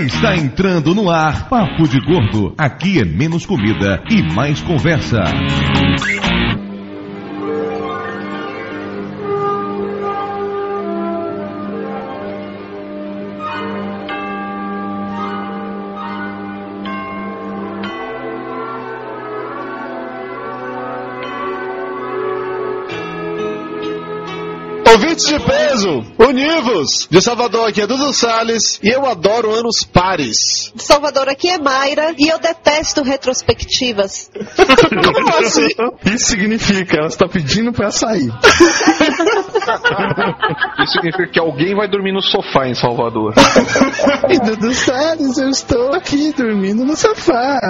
Está entrando no ar Papo de Gordo. Aqui é menos comida e mais conversa. Ouvintes de peso, univos! De Salvador aqui é Dudu Salles e eu adoro anos pares. De Salvador aqui é Mayra e eu detesto retrospectivas. Como assim? Isso significa, ela está pedindo pra sair. Isso significa que alguém vai dormir no sofá em Salvador. E Dudu Salles, eu estou aqui dormindo no sofá.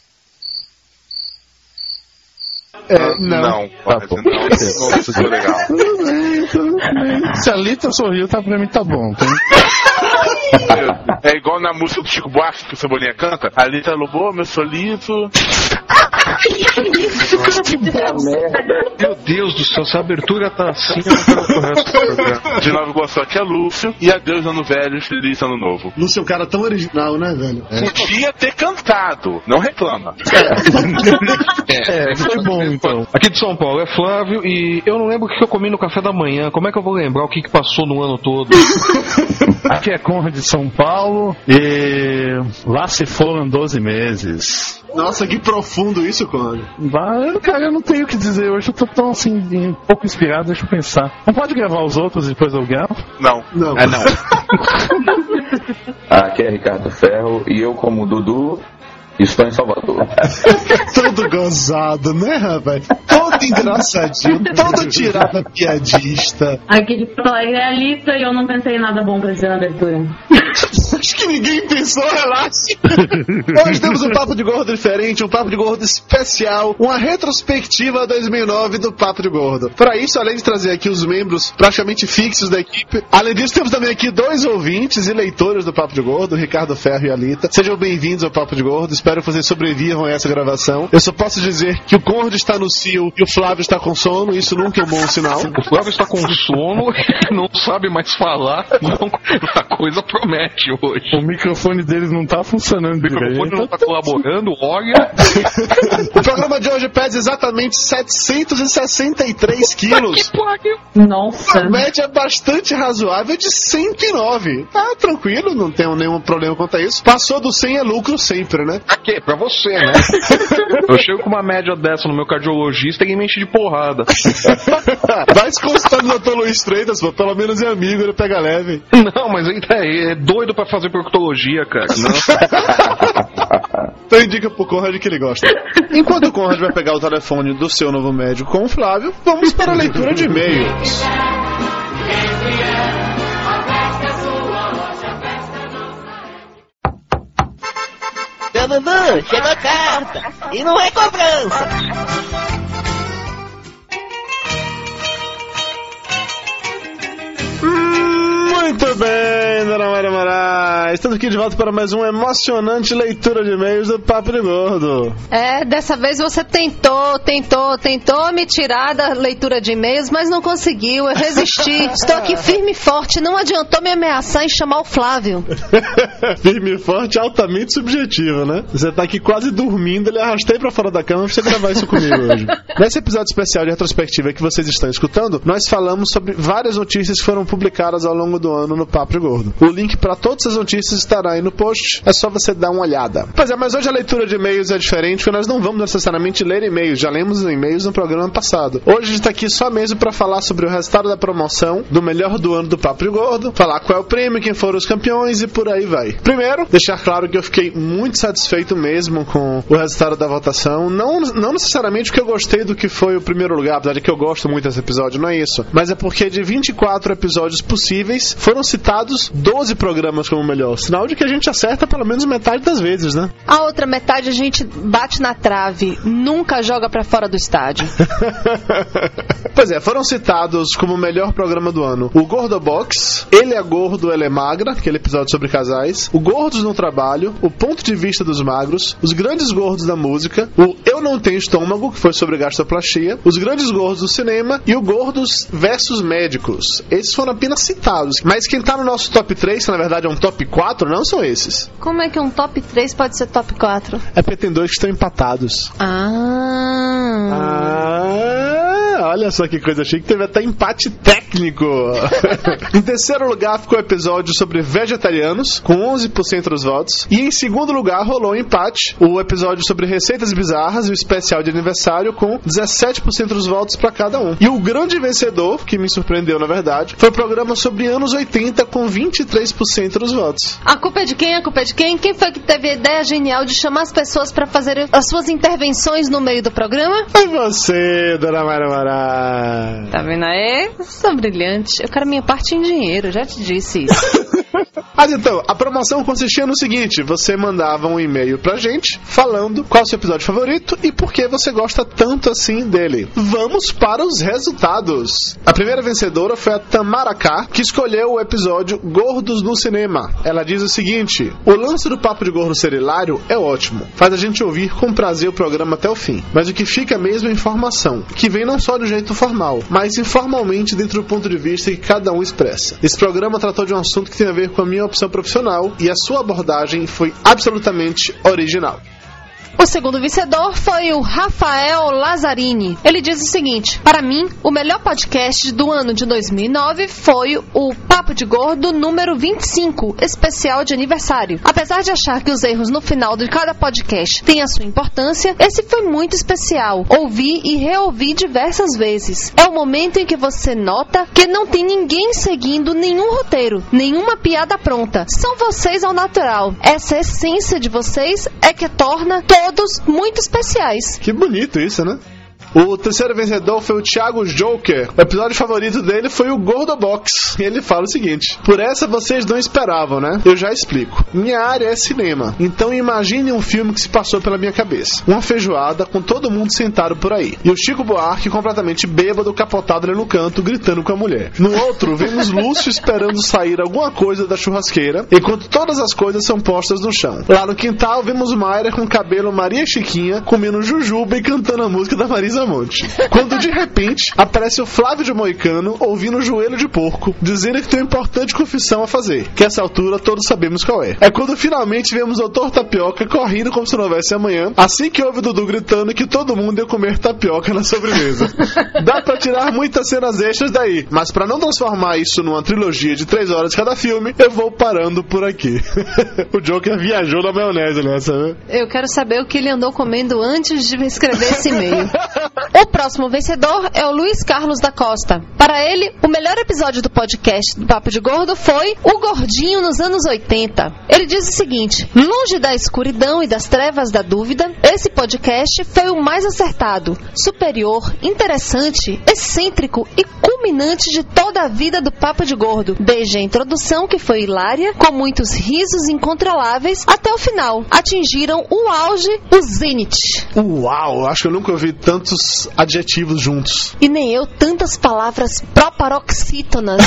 Não ficou legal. Tudo bem. Se a Lita sorriu, tá pra mim, tá bom. É igual na música do Chico Buarque que o Cebolinha canta. A Lita Lobo, meu solito. Meu Deus do céu, essa abertura tá assim, eu não quero pro resto do programa. De novo, boa sorte é Lúcio. E adeus, ano velho, feliz ano novo. Lúcio é um cara tão original, né, velho? Podia ter cantado, não reclama. Foi bom então. Aqui de São Paulo é Flávio e eu não lembro o que eu comi no café da manhã. Como é que eu vou lembrar o que passou no ano todo? Aqui é Conrad de São Paulo e lá se foram 12 meses. Nossa, que profundo isso, Conrad. Cara, eu não tenho o que dizer hoje, eu tô tão assim, um pouco inspirado, deixa eu pensar. Não pode gravar os outros e depois eu gravo? Não. Não. Aqui é Ricardo Ferro e eu, como Dudu, estou em Salvador. Todo gozado, né, rapaz? Todo engraçadinho, todo tirado piadista. Aqui de Porto Alegre é a Lita e eu não pensei em nada bom pra dizer na abertura. Acho que ninguém pensou, relaxa. Hoje temos um Papo de Gordo diferente, um Papo de Gordo especial, uma retrospectiva 2009 do Papo de Gordo. Para isso, além de trazer aqui os membros praticamente fixos da equipe, além disso, temos também aqui 2 ouvintes e leitores do Papo de Gordo, Ricardo Ferro e a Lita. Sejam bem-vindos ao Papo de Gordo, espero que vocês sobrevivam a essa gravação. Eu só posso dizer que o Conrad está no cio e o Flávio está com sono, isso nunca é um bom sinal. O Flávio está com sono e não sabe mais falar, então a coisa promete hoje. O microfone deles não tá funcionando direito. O microfone não tá colaborando, olha. O programa de hoje pesa exatamente 763 quilos. Nossa. A média é bastante razoável de 109. Tá tranquilo, não tenho nenhum problema quanto a isso. Passou do 100 é lucro sempre, né? Pra quê? Pra você, né? Eu chego com uma média dessa no meu cardiologista e me enche de porrada. Vai se consultar no Dr. Luiz Freitas, pô. Pelo menos é amigo, ele pega leve. Não, mas ele é doido pra fazer proctologia, cara. Não. Então indica pro Conrad que ele gosta. Enquanto o Conrad vai pegar o telefone do seu novo médico com o Flávio, vamos para a leitura de e-mails. Seu Dudu, chegou a carta. E não é cobrança. Muito bem, dona Maria Moraes. Estamos aqui de volta para mais uma emocionante leitura de e-mails do Papo de Gordo. Dessa vez você tentou me tirar da leitura de e-mails, mas não conseguiu, eu resisti. Estou aqui firme e forte, não adiantou me ameaçar em chamar o Flávio. Firme e forte, altamente subjetivo, né? Você tá aqui quase dormindo, ele arrastei pra fora da cama pra você gravar isso comigo hoje. Nesse episódio especial de retrospectiva que vocês estão escutando, nós falamos sobre várias notícias que foram publicadas ao longo do ano no Papo de Gordo. O link para todas as notícias estará aí no post, é só você dar uma olhada. Pois é, mas hoje a leitura de e-mails é diferente, porque nós não vamos necessariamente ler e-mails, já lemos e-mails no programa passado. Hoje a gente tá aqui só mesmo para falar sobre o resultado da promoção do melhor do ano do Papo de Gordo, falar qual é o prêmio, quem foram os campeões e por aí vai. Primeiro, deixar claro que eu fiquei muito satisfeito mesmo com o resultado da votação, não necessariamente porque eu gostei do que foi o primeiro lugar, apesar de que eu gosto muito desse episódio, não é isso, mas é porque de 24 episódios possíveis, foram citados 12 programas como melhor. Sinal de que a gente acerta pelo menos metade das vezes, né? A outra metade a gente bate na trave, nunca joga pra fora do estádio. Pois é, foram citados como o melhor programa do ano o Gordo Box, Ele é Gordo, Ela é Magra, aquele episódio sobre casais, o Gordos no Trabalho, o Ponto de Vista dos Magros, os Grandes Gordos da Música, o Eu Não Tenho Estômago, que foi sobre gastroplastia, os Grandes Gordos do Cinema e o Gordos versus Médicos. Esses foram apenas citados, mas quem tá no nosso top 3, que na verdade é um top 4, não são esses. Como é que um top 3 pode ser top 4? É porque tem dois que estão empatados. Olha só que coisa chique, teve até empate técnico. Em terceiro lugar ficou o episódio sobre vegetarianos, com 11% dos votos. E em segundo lugar rolou um empate, o episódio sobre receitas bizarras e o especial de aniversário, com 17% dos votos para cada um. E o grande vencedor, que me surpreendeu na verdade, foi o programa sobre anos 80, com 23% dos votos. A culpa é de quem? A culpa é de quem? Quem foi que teve a ideia genial de chamar as pessoas para fazer as suas intervenções no meio do programa? É você, dona Mara Mará. Tá vendo aí? Sou brilhante. Eu quero minha parte em dinheiro, já te disse isso. Mas então, a promoção consistia no seguinte: você mandava um e-mail pra gente falando qual é o seu episódio favorito e por que você gosta tanto assim dele. Vamos para os resultados. A primeira vencedora foi a Tamara K, que escolheu o episódio Gordos no Cinema. Ela diz o seguinte: o lance do Papo de Gordo ser hilário é ótimo, faz a gente ouvir com prazer o programa até o fim, mas o que fica mesmo é informação, que vem não só do jeito formal, mas informalmente dentro do ponto de vista que cada um expressa. Esse programa tratou de um assunto que tem a ver com a minha opção profissional e a sua abordagem foi absolutamente original. O segundo vencedor foi o Rafael Lazzarini. Ele diz o seguinte: para mim, o melhor podcast do ano de 2009 foi o Papo de Gordo número 25, especial de aniversário. Apesar de achar que os erros no final de cada podcast têm a sua importância, esse foi muito especial. Ouvi e reouvi diversas vezes. É o momento em que você nota que não tem ninguém seguindo nenhum roteiro, nenhuma piada pronta. São vocês ao natural. Essa essência de vocês é que torna todos muito especiais. Que bonito isso, né? O terceiro vencedor foi o Thiago Joker. O episódio favorito dele foi o Gordo Box. E ele fala o seguinte: por essa vocês não esperavam, né? Eu já explico. Minha área é cinema, então imagine um filme que se passou pela minha cabeça. Uma feijoada com todo mundo sentado por aí. E o Chico Buarque completamente bêbado, capotado ali no canto, gritando com a mulher. No outro, vemos Lúcio esperando sair alguma coisa da churrasqueira, enquanto todas as coisas são postas no chão. Lá no quintal, vemos Mayra com o cabelo Maria Chiquinha, comendo jujuba e cantando a música da Marisa Monte. Quando de repente aparece o Flávio de Moicano ouvindo o Joelho de Porco, dizendo que tem uma importante confissão a fazer, que essa altura todos sabemos qual é. É quando finalmente vemos o Dr. Tapioca correndo como se não houvesse amanhã, assim que ouve o Dudu gritando que todo mundo ia comer tapioca na sobremesa. Dá pra tirar muitas cenas extras daí, mas pra não transformar isso numa trilogia de 3 horas cada filme, eu vou parando por aqui. O Joker viajou na maionese nessa, né? Eu quero saber o que ele andou comendo antes de escrever esse e-mail. O próximo vencedor é o Luiz Carlos da Costa. Para ele, o melhor episódio do podcast do Papo de Gordo foi o Gordinho nos anos 80. Ele diz o seguinte: longe da escuridão e das trevas da dúvida, esse podcast foi o mais acertado, superior, interessante, excêntrico e culminante de toda a vida do Papo de Gordo, desde a introdução, que foi hilária, com muitos risos incontroláveis, até o final. Atingiram o auge, o zênite. Uau, acho que eu nunca ouvi tantos adjetivos juntos. E nem eu tantas palavras proparoxítonas.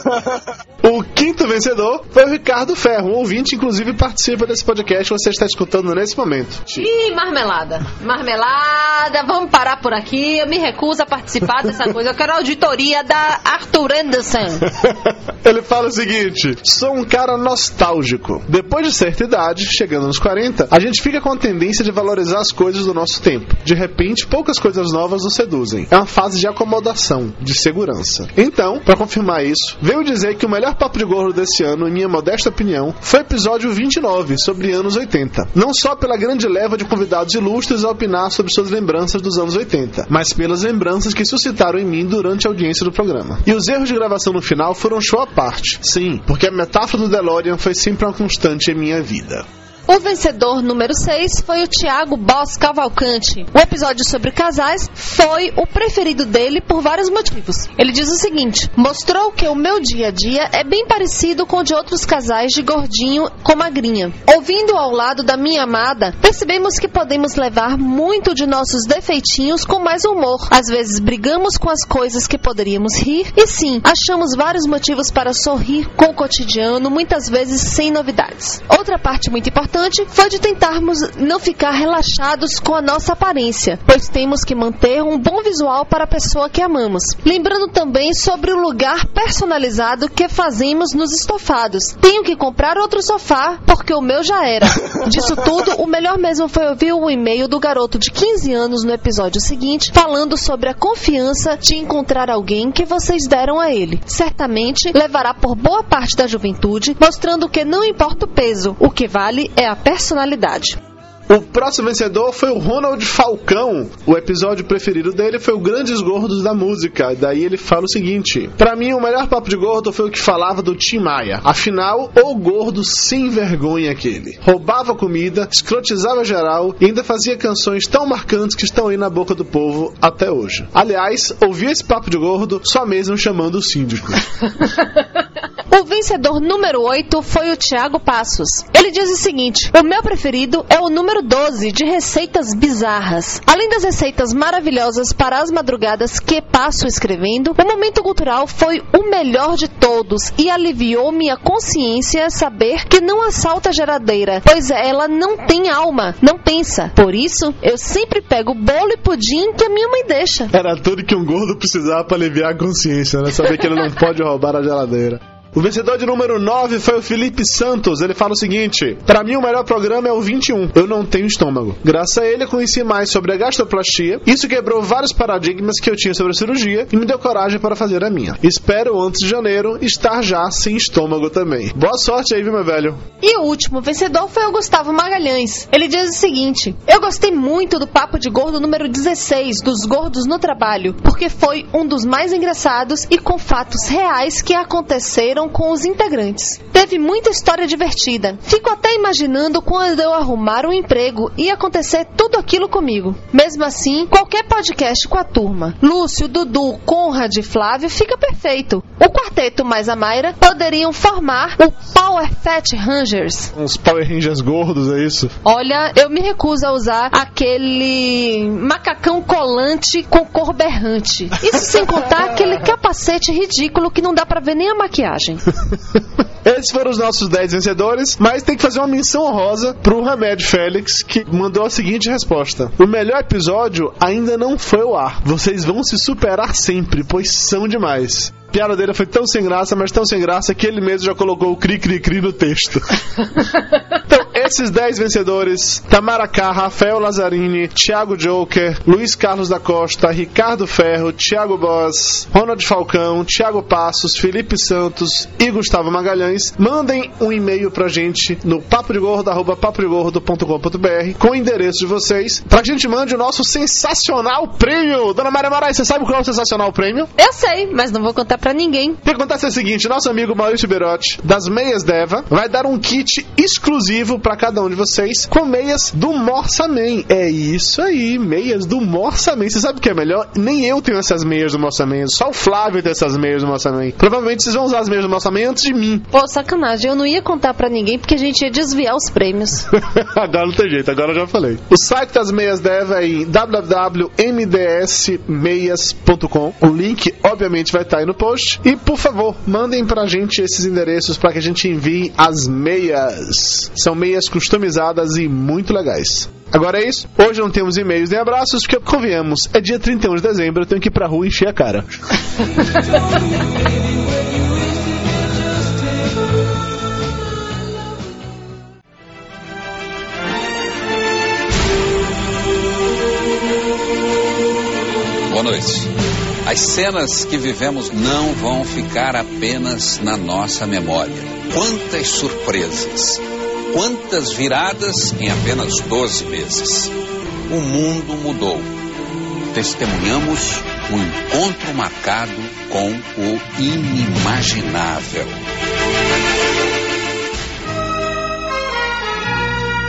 O quinto vencedor foi o Ricardo Ferro, um ouvinte, inclusive participa desse podcast que você está escutando nesse momento. Ih, marmelada. Marmelada, vamos parar por aqui. Eu me recuso a participar dessa coisa. Eu quero a auditoria da Arthur Anderson. Ele fala o seguinte: sou um cara nostálgico. Depois de certa idade, chegando nos 40, a gente fica com a tendência de valorizar as coisas do nosso tempo. De repente, poucas coisas novas nos seduzem. É uma fase de acomodação, de segurança. Então, pra confirmar isso, veio dizer que o melhor Papo de Gordo desse ano, em minha modesta opinião, foi o episódio 29, sobre anos 80. Não só pela grande leva de convidados ilustres a opinar sobre suas lembranças dos anos 80, mas pelas lembranças que suscitaram em mim durante a audiência do programa. E os erros de gravação no final foram show à parte. Sim, porque a metáfora do DeLorean foi sempre uma constante em minha vida. O vencedor número 6 foi o Thiago Boss Cavalcante. O episódio sobre casais foi o preferido dele por vários motivos. Ele diz o seguinte: mostrou que o meu dia a dia é bem parecido com o de outros casais de gordinho com magrinha. Ouvindo ao lado da minha amada, percebemos que podemos levar muito de nossos defeitinhos com mais humor. Às vezes brigamos com as coisas que poderíamos rir e sim, achamos vários motivos para sorrir com o cotidiano, muitas vezes sem novidades. Outra parte muito importante foi de tentarmos não ficar relaxados com a nossa aparência, pois temos que manter um bom visual para a pessoa que amamos. Lembrando também sobre o lugar personalizado que fazemos nos estofados. Tenho que comprar outro sofá porque o meu já era. Disso tudo, o melhor mesmo foi ouvir o e-mail do garoto de 15 anos no episódio seguinte, falando sobre a confiança de encontrar alguém que vocês deram a ele. Certamente levará por boa parte da juventude, mostrando que não importa o peso, o que vale é a personalidade. O próximo vencedor foi o Ronald Falcão. O episódio preferido dele foi o Grandes Gordos da Música. Daí ele fala o seguinte: pra mim, o melhor papo de gordo foi o que falava do Tim Maia. Afinal, o gordo sem vergonha aquele. Roubava comida, escrotizava geral e ainda fazia canções tão marcantes que estão aí na boca do povo até hoje. Aliás, ouvi esse papo de gordo só mesmo chamando o síndico. O vencedor número 8 foi o Thiago Passos. Ele diz o seguinte: o meu preferido é o número 12, de receitas bizarras. Além das receitas maravilhosas para as madrugadas que passo escrevendo, o momento cultural foi o melhor de todos e aliviou minha consciência saber que não assalta a geladeira, pois ela não tem alma, não pensa. Por isso, eu sempre pego bolo e pudim que a minha mãe deixa. Era tudo que um gordo precisava para aliviar a consciência, né? Saber que ele não pode roubar a geladeira. O vencedor de número 9 foi o Felipe Santos. Ele fala o seguinte: pra mim o melhor programa é o 21. Eu não tenho estômago. Graças a ele eu conheci mais sobre a gastroplastia. Isso quebrou vários paradigmas que eu tinha sobre a cirurgia e me deu coragem para fazer a minha. Espero antes de janeiro estar já sem estômago também. Boa sorte aí, viu, meu velho? E o último vencedor foi o Gustavo Magalhães. Ele diz o seguinte: eu gostei muito do Papo de Gordo número 16, dos gordos no trabalho, porque foi um dos mais engraçados e com fatos reais que aconteceram com os integrantes. Teve muita história divertida. Fico até imaginando quando eu arrumar um emprego e acontecer tudo aquilo comigo. Mesmo assim, qualquer podcast com a turma, Lúcio, Dudu, Conrad e Flávio, fica perfeito. O quarteto mais a Mayra poderiam formar o Power Fat Rangers. Uns Power Rangers gordos, é isso? Olha, eu me recuso a usar aquele macacão colante com cor berrante. Isso sem contar aquele capacete ridículo que não dá pra ver nem a maquiagem. Esses foram os nossos 10 vencedores, mas tem que fazer uma menção honrosa pro Hamed Félix, que mandou a seguinte resposta: o melhor episódio ainda não foi ao ar. Vocês vão se superar sempre, pois são demais. A piada dele foi tão sem graça, mas tão sem graça que ele mesmo já colocou o cri-cri-cri no texto. Então, esses 10 vencedores: Tamara K, Rafael Lazzarini, Thiago Joker, Luiz Carlos da Costa, Ricardo Ferro, Thiago Boss, Ronald Falcão, Thiago Passos, Felipe Santos e Gustavo Magalhães. Mandem um e-mail pra gente no papodegordo@papodegordo.com.br com o endereço de vocês, pra que a gente mande o nosso sensacional prêmio. Dona Maria Moraes, você sabe qual é o sensacional prêmio? Eu sei, mas não vou contar pra ninguém. O que acontece é o seguinte: nosso amigo Maurício Berotti, das Meias Deva, vai dar um kit exclusivo pra cada um de vocês com meias do Morsa Man. É isso aí, meias do Morsa Man. Você sabe o que é melhor? Nem eu tenho essas meias do Morsa Man, só o Flávio tem essas meias do Morsa Man. Provavelmente vocês vão usar as meias do Morsa Man antes de mim. Pô, sacanagem, eu não ia contar pra ninguém porque a gente ia desviar os prêmios. Agora não tem jeito, agora eu já falei. O site das Meias Deva é em www.mdsmeias.com. O link obviamente vai estar aí no post. E por favor, mandem pra gente esses endereços para que a gente envie as meias. São meias customizadas e muito legais. Agora é isso. Hoje não temos e-mails nem abraços, porque convenhamos, é dia 31 de dezembro, eu tenho que ir pra rua e encher a cara. Boa noite. As cenas que vivemos não vão ficar apenas na nossa memória. Quantas surpresas, quantas viradas em apenas 12 meses. O mundo mudou. Testemunhamos um encontro marcado com o inimaginável.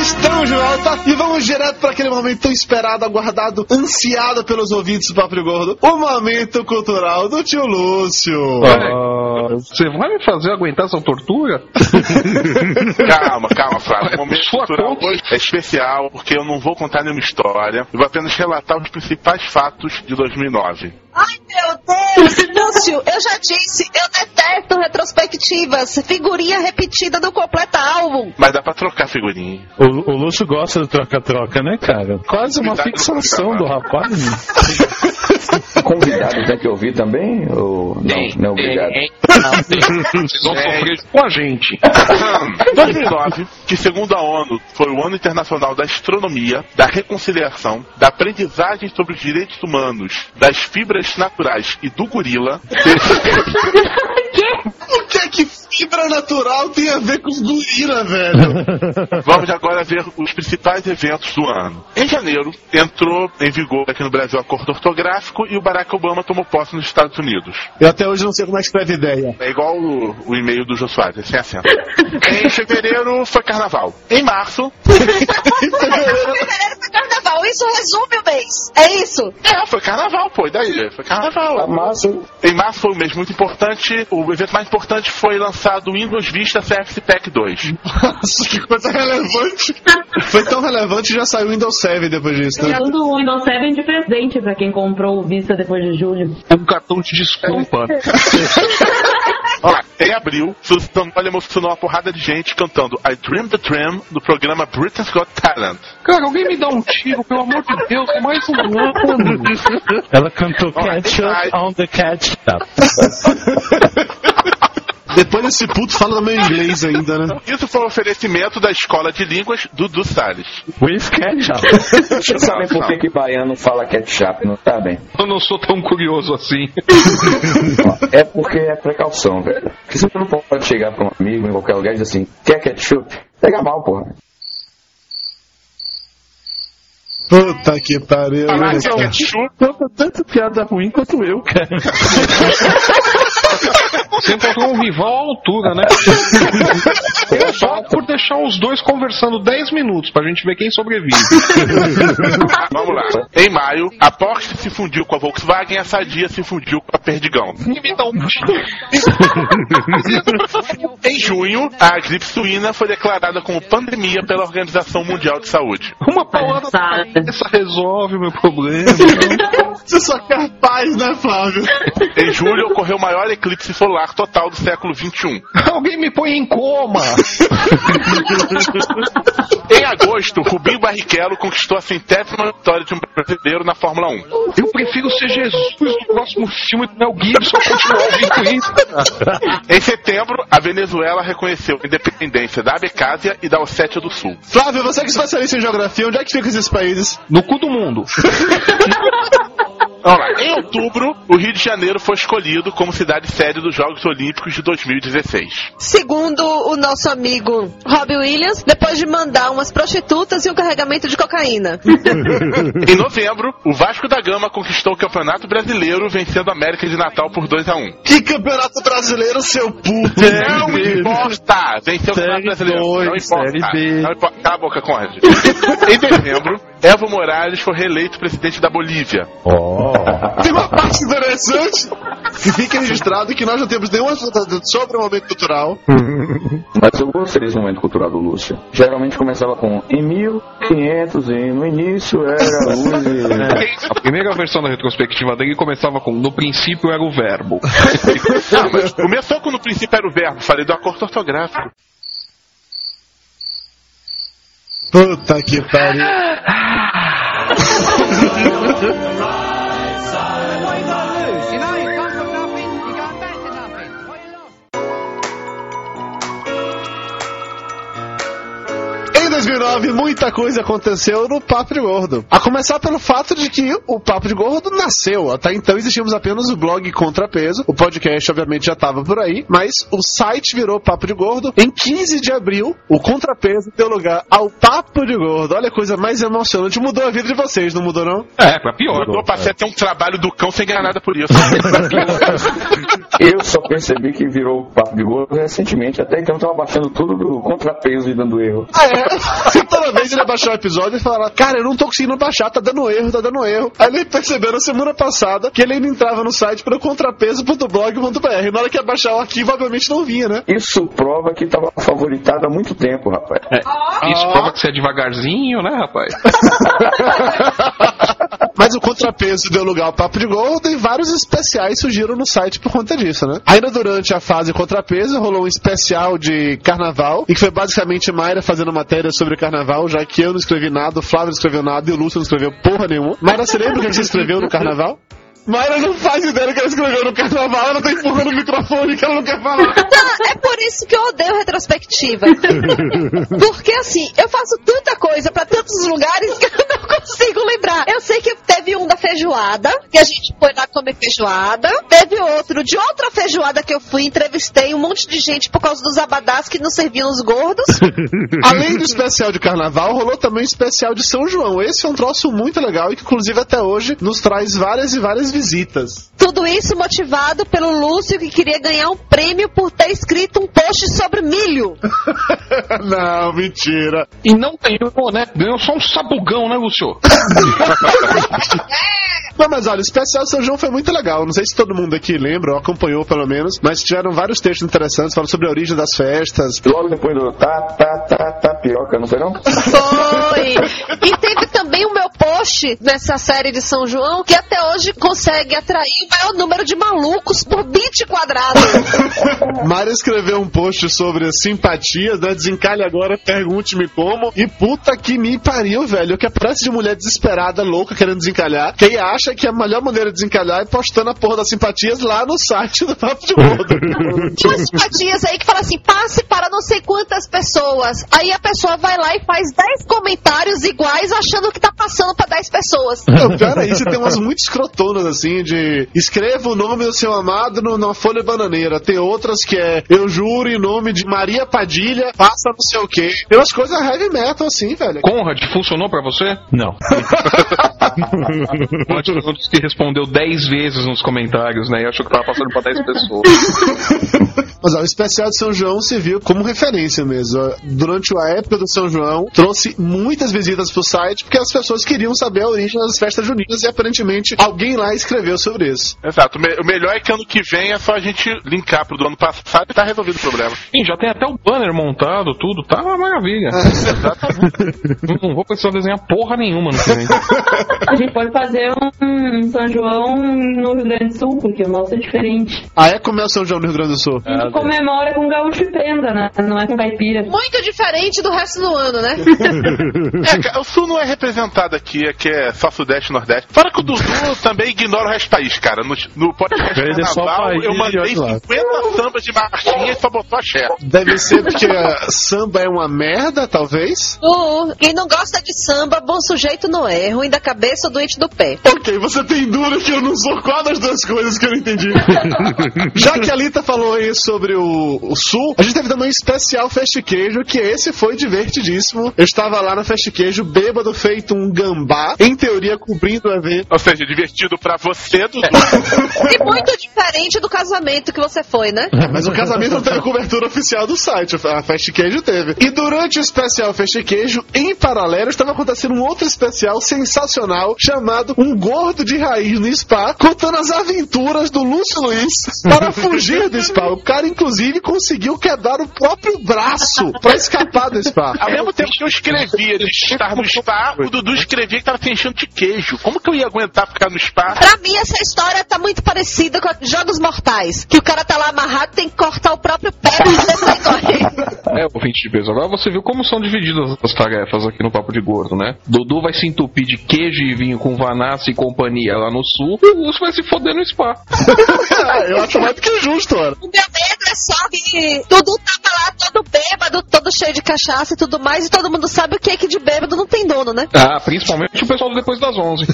Estamos de volta e vamos direto para aquele momento tão esperado, aguardado, ansiado pelos ouvintes do Papo de Gordo. O momento cultural do tio Lúcio. Você vai me fazer aguentar essa tortura? Calma, Flávio. O momento cultural hoje é especial porque eu não vou contar nenhuma história. Eu vou apenas relatar os principais fatos de 2009. Ai, meu Deus! Lúcio, eu já disse, eu detesto retrospectivas. Figurinha repetida do completa álbum. Mas dá pra trocar figurinha. O Lúcio gosta do troca-troca, né, cara? Quase uma fixação do rapaz. Convidados tem que ouvir também? Ou não, obrigado? Vocês vão sofrer com a gente. 2009, que segundo a ONU foi o Ano Internacional da Astronomia, da Reconciliação, da Aprendizagem sobre os Direitos Humanos, das Fibras Naturais e do Gorila. O que é que fibra natural tem a ver com os gorila, velho? Vamos agora ver os principais eventos do ano. Em janeiro, entrou em vigor aqui no Brasil o acordo ortográfico e o Barack Obama tomou posse nos Estados Unidos. Eu até hoje não sei como é que escreve ideia. É igual o e-mail do Jô Soares, é sem acento. Em fevereiro foi carnaval. Em março... Fevereiro foi carnaval, isso resume o mês. É isso? Foi carnaval, pô, e daí? Foi carnaval. Em março foi um mês muito importante. O evento mais importante foi lançado o Windows Vista Service Pack 2. Nossa, que coisa relevante. Foi tão relevante que já saiu o Windows 7 depois disso, né? Dando o Windows 7 de presente pra quem comprou o Vista depois de julho. Um cartão de desculpa. Ó, em abril, Susan Boyle emocionou uma porrada de gente cantando I Dream the Dream do programa Britain's Got Talent. Cara, alguém me dá um tiro, pelo amor de Deus, é mais um ano. Ela cantou Ketchup on the Ketchup. Depois desse puto fala meu inglês ainda, né? Isso foi um oferecimento da Escola de Línguas Dudu Salles. With ketchup. Vocês sabem por que baiano fala ketchup, não tá bem? Eu não sou tão curioso assim. É porque é precaução, velho. Porque você não pode chegar pra um amigo em qualquer lugar e dizer assim, quer ketchup? Pega mal, porra. Puta que pariu. Tanto piada ruim quanto eu, cara. Você encontrou um rival à altura, né? Só por deixar os dois conversando 10 minutos pra gente ver quem sobrevive. Vamos lá. Em maio, a Porsche se fundiu com a Volkswagen e a Sadia se fundiu com a Perdigão. Me dá um tiro. Em junho, a gripe suína foi declarada como pandemia pela Organização Mundial de Saúde. Uma palavra essa resolve o meu problema. Você só quer paz, né, Flávio? Em julho ocorreu o maior eclipse solar total do século XXI. Alguém me põe em coma. Em agosto, Rubinho Barrichello conquistou a 100ª vitória de um brasileiro na Fórmula 1. Eu prefiro ser Jesus no próximo filme do Mel Gibson continuar ouvindo isso. Em setembro, a Venezuela reconheceu a independência da Abcásia e da Ossétia do Sul. Flávio, você que é especialista em geografia, onde é que ficam esses países? No cu do mundo. Vamos lá. Em outubro, o Rio de Janeiro foi escolhido como cidade sede dos Jogos Olímpicos de 2016. Segundo o nosso amigo Robbie Williams, depois de mandar umas prostitutas e um carregamento de cocaína. Em novembro, o Vasco da Gama conquistou o Campeonato Brasileiro, vencendo a América de Natal por 2-1. Que Campeonato Brasileiro, seu puto? Não importa! Venceu o Campeonato Brasileiro. Não importa. Não importa. Cala a boca, Conrad. Em dezembro, Evo Morales foi reeleito presidente da Bolívia. Tem uma parte interessante que fica registrado que nós não temos nenhuma sobre o momento cultural. Mas eu gostei desse momento cultural do Lúcio. Geralmente começava com em 1500 e no início era luz e... A primeira versão da retrospectiva dele começava com no princípio era o verbo. Não, mas começou com no princípio era o verbo. Falei do acordo ortográfico. Puta que pariu. Em 2009, muita coisa aconteceu no Papo de Gordo. A começar pelo fato de que o Papo de Gordo nasceu. Até então existíamos apenas o blog Contrapeso. O podcast, obviamente, já estava por aí. Mas o site virou Papo de Gordo. Em 15 de abril, o Contrapeso deu lugar ao Papo de Gordo. Olha a coisa mais emocionante. Mudou a vida de vocês, não mudou, não? É, pra pior. Eu passei a ter um trabalho do cão sem ganhar nada por isso. Eu só percebi que virou Papo de Gordo recentemente. Até então eu tava baixando tudo do Contrapeso e dando erro. Ah, é? E toda vez ele ia baixar o episódio e falava, cara, eu não tô conseguindo baixar, tá dando erro. Aí ele percebeu na semana passada que ele ainda entrava no site pelo contrapeso.blog.br. Na hora que ia baixar o arquivo, obviamente não vinha, né? Isso prova que tava favoritado há muito tempo, rapaz. Isso prova que você é devagarzinho, né, rapaz? Mas o contrapeso deu lugar ao Papo de Gordo e vários especiais surgiram no site por conta disso, né? Ainda durante a fase contrapeso, rolou um especial de carnaval, e que foi basicamente Mayra fazendo matéria sobre carnaval, já que eu não escrevi nada, o Flávio não escreveu nada e o Lúcio não escreveu porra nenhuma. Mayra, você lembra o que você escreveu no carnaval? Mayra não faz ideia do que ela escreveu no carnaval, ela tá empurrando o microfone que ela não quer falar. Não, é por isso que eu odeio retrospectiva. Porque assim, eu faço tanta coisa pra tantos lugares que eu não consigo lembrar. Eu sei que teve um da feijoada, que a gente foi lá comer feijoada. Teve outro de outra feijoada que eu fui, entrevistei um monte de gente por causa dos abadás que não serviam os gordos. Além do especial de carnaval, rolou também um especial de São João. Esse é um troço muito legal e que inclusive até hoje nos traz várias e várias visitas. Tudo isso motivado pelo Lúcio, que queria ganhar um prêmio por ter escrito um post sobre milho. Não, mentira. E não ganhou, né? Ganhou só um sabugão, né, Lúcio? Não, mas olha, o especial de São João foi muito legal. Não sei se todo mundo aqui lembra, ou acompanhou pelo menos, mas tiveram vários textos interessantes falando sobre a origem das festas. Logo depois do tapioca, não foi não? Foi! E teve também o meu post nessa série de São João, que até hoje consegue atrair o maior número de malucos por bit quadrado. Mário escreveu um post sobre simpatias, né? Desencalhe agora, pergunte-me como. E puta que me pariu, velho. O que aparece de mulher desesperada, louca, querendo desencalhar, que aí acha que a melhor maneira de desencalhar é postando a porra das simpatias lá no site do Papo de Gordo. Tem umas simpatias aí que fala assim, passe para não sei quantas pessoas. Aí a pessoa vai lá e faz 10 comentários iguais achando que tá passando pra 10 pessoas. Não, pior aí, você tem umas muito escrotonas assim, de escreva o nome do seu amado numa folha bananeira. Tem outras que é eu juro em nome de Maria Padilha, passa não sei o quê. Tem umas coisas heavy metal assim, velho. Conrad, funcionou pra você? Não. Outros que respondeu 10 vezes nos comentários, né? E achou que tava passando pra 10 pessoas. Mas ó, o especial de São João se viu como referência mesmo. Durante a época do São João, trouxe muitas visitas pro site, porque as pessoas queriam saber a origem das festas juninas e aparentemente alguém lá escreveu sobre isso. Exato. O melhor é que ano que vem é só a gente linkar pro do ano passado e tá resolvido o problema. Sim, já tem até o banner montado, tudo, tá uma maravilha. Exatamente. Não vou precisar desenhar porra nenhuma no que vem. A gente pode fazer um São João no Rio Grande do Sul, porque o nosso é diferente. Ah, é como é o São João no Rio Grande do Sul? A gente comemora com gaúcho e prenda, né? Não é com caipira. Muito diferente do resto do ano, né? O Sul não é representado aqui é só Sudeste e Nordeste. Fora que o Dudu também ignora o resto do país, cara. No podcast Carnaval, eu mandei 50 sambas de marchinha e só botou axé. Deve ser porque samba é uma merda, talvez? Quem não gosta de samba, bom sujeito não é. Ruim da cabeça ou doente do pé. Ok, você tem dúvida que eu não sou qual das duas coisas que eu não entendi. Já que a Lita falou aí sobre o Sul, a gente teve também um especial Fast Queijo, que esse foi divertidíssimo. Eu estava lá na Fast Queijo, bêbado, feito um gambá, em teoria cobrindo o evento. Ou seja, divertido pra você, Dudu. E muito diferente do casamento que você foi, né? Mas o casamento não teve cobertura oficial do site, a Fast Queijo teve. E durante o especial Fast Queijo, em paralelo, estava acontecendo um outro especial sensacional, chamado Um Gordo de Raiz no Spa, contando as aventuras do Lúcio Luiz para fugir do spa. O cara, inclusive, conseguiu quebrar o próprio braço para escapar do spa. Ao mesmo tempo que eu escrevia de estar no spa, o Dudu escrevia que tava se enchendo de queijo. Como que eu ia aguentar ficar no spa? Pra mim, essa história tá muito parecida com Jogos Mortais. Que o cara tá lá amarrado, tem que cortar o próprio pé pra você sair correndo. Ouvinte de peso. Agora você viu como são divididas as tarefas aqui no Papo de Gordo, né? Dudu vai se entupir de queijo e vinho com Vanassa e companhia lá no Sul, e o Lúcio vai se foder no spa. Eu acho mais do que justo, ora. O meu medo é só que Dudu tava lá todo bêbado, todo cheio de cachaça e tudo mais, e todo mundo sabe o que é que de bêbado não tem dono, né? Ah, principalmente o pessoal depois das 11.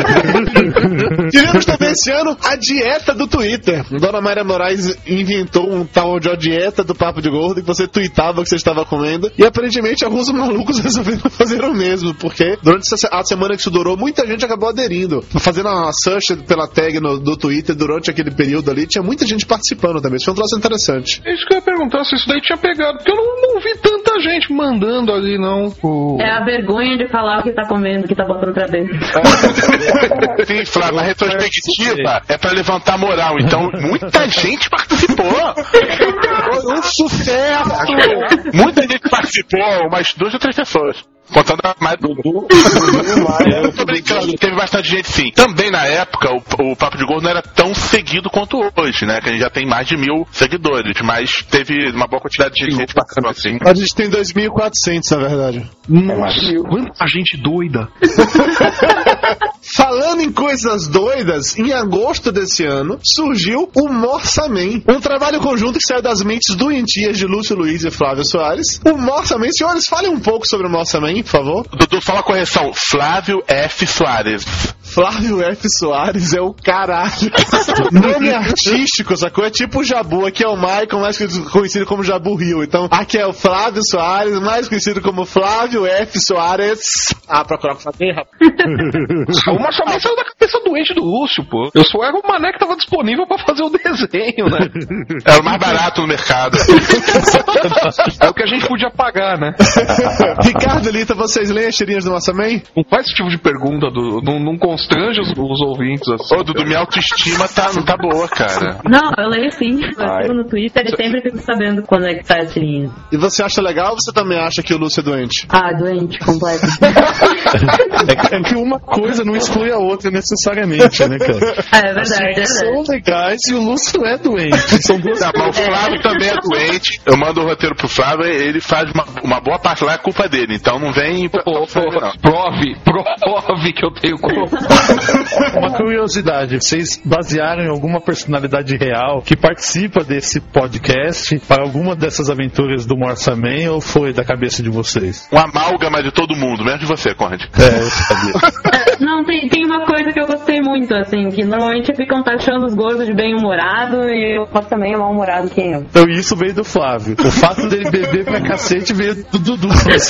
Tivemos também esse ano a dieta do Twitter. Dona Mayra Moraes inventou um tal de dieta do Papo de Gordo, que você tweetava que você estava comendo, e aparentemente alguns malucos resolveram fazer o mesmo, porque durante a semana que isso durou, muita gente acabou aderindo. Fazendo uma search pela tag do Twitter durante aquele período ali, tinha muita gente participando também. Isso foi um troço interessante. É isso que eu ia perguntar, se isso daí tinha pegado, porque eu não vi tanta gente mandando ali, não. É a vergonha de falar o que tá comendo, que tá botando pra dentro. Sim, Flávio, a retrospectiva é pra levantar moral. Então, muita gente participou. Foi um sucesso. Muita gente participou, umas 2 ou 3 pessoas. Contando mais do Dudu. Tô brincando, teve bastante gente sim. Também na época, o Papo de Gordo não era tão seguido quanto hoje, né? Que a gente já tem mais de 1000 seguidores, mas teve uma boa quantidade de gente participando assim. A gente tem 2.400, na verdade. Nossa, quanta gente doida. Falando em coisas doidas, em agosto desse ano, surgiu o Morsaman, um trabalho conjunto que saiu das mentes doentias de Lúcio Luiz e Flávio Soares. O Morsaman, senhores, falem um pouco sobre o Morsaman, por favor. Dudu, fala a correção, Flávio F. Soares. Flávio F. Soares é o caralho. Nome artístico, sacou? É tipo o Jabu. Aqui é o Michael, mais conhecido como Jabu Rio. Então, aqui é o Flávio Soares, mais conhecido como Flávio F. Soares. Procurar pra saber, rapaz. O Morsaman saiu da cabeça doente do Lúcio, pô. Eu só era o mané que tava disponível pra fazer o desenho, né? Era o mais barato no mercado. É o que a gente podia pagar, né? Ricardo, Lita, vocês leem as tirinhas do Morsaman? Não faz esse tipo de pergunta, não constrange os ouvintes assim. Ô, Dudu, minha autoestima não tá boa, cara. Não, eu leio sim. Eu sigo no Twitter e sempre fico sabendo quando é que sai a tirinha. E você acha legal ou você também acha que o Lúcio é doente? Doente, completo. É que uma coisa não exclui a outra necessariamente, né, cara? É verdade. São legais e o Lúcio é doente. São duas coisas. Mas o Flávio também é doente. Eu mando o roteiro pro Flávio, ele faz uma boa parte lá, é culpa dele. Então não vem... Prove que eu tenho culpa. Uma curiosidade, vocês basearam em alguma personalidade real que participa desse podcast para alguma dessas aventuras do Morsaman ou foi da cabeça de vocês? Um amálgama de todo mundo, menos de você, Conrad. Eu sabia. Não, tem uma coisa que eu gostei muito, assim, que normalmente ficam taxando os gordos de bem-humorado e eu posso também mal-humorado que eu. Então isso veio do Flávio. O fato dele beber pra cacete veio do Dudu.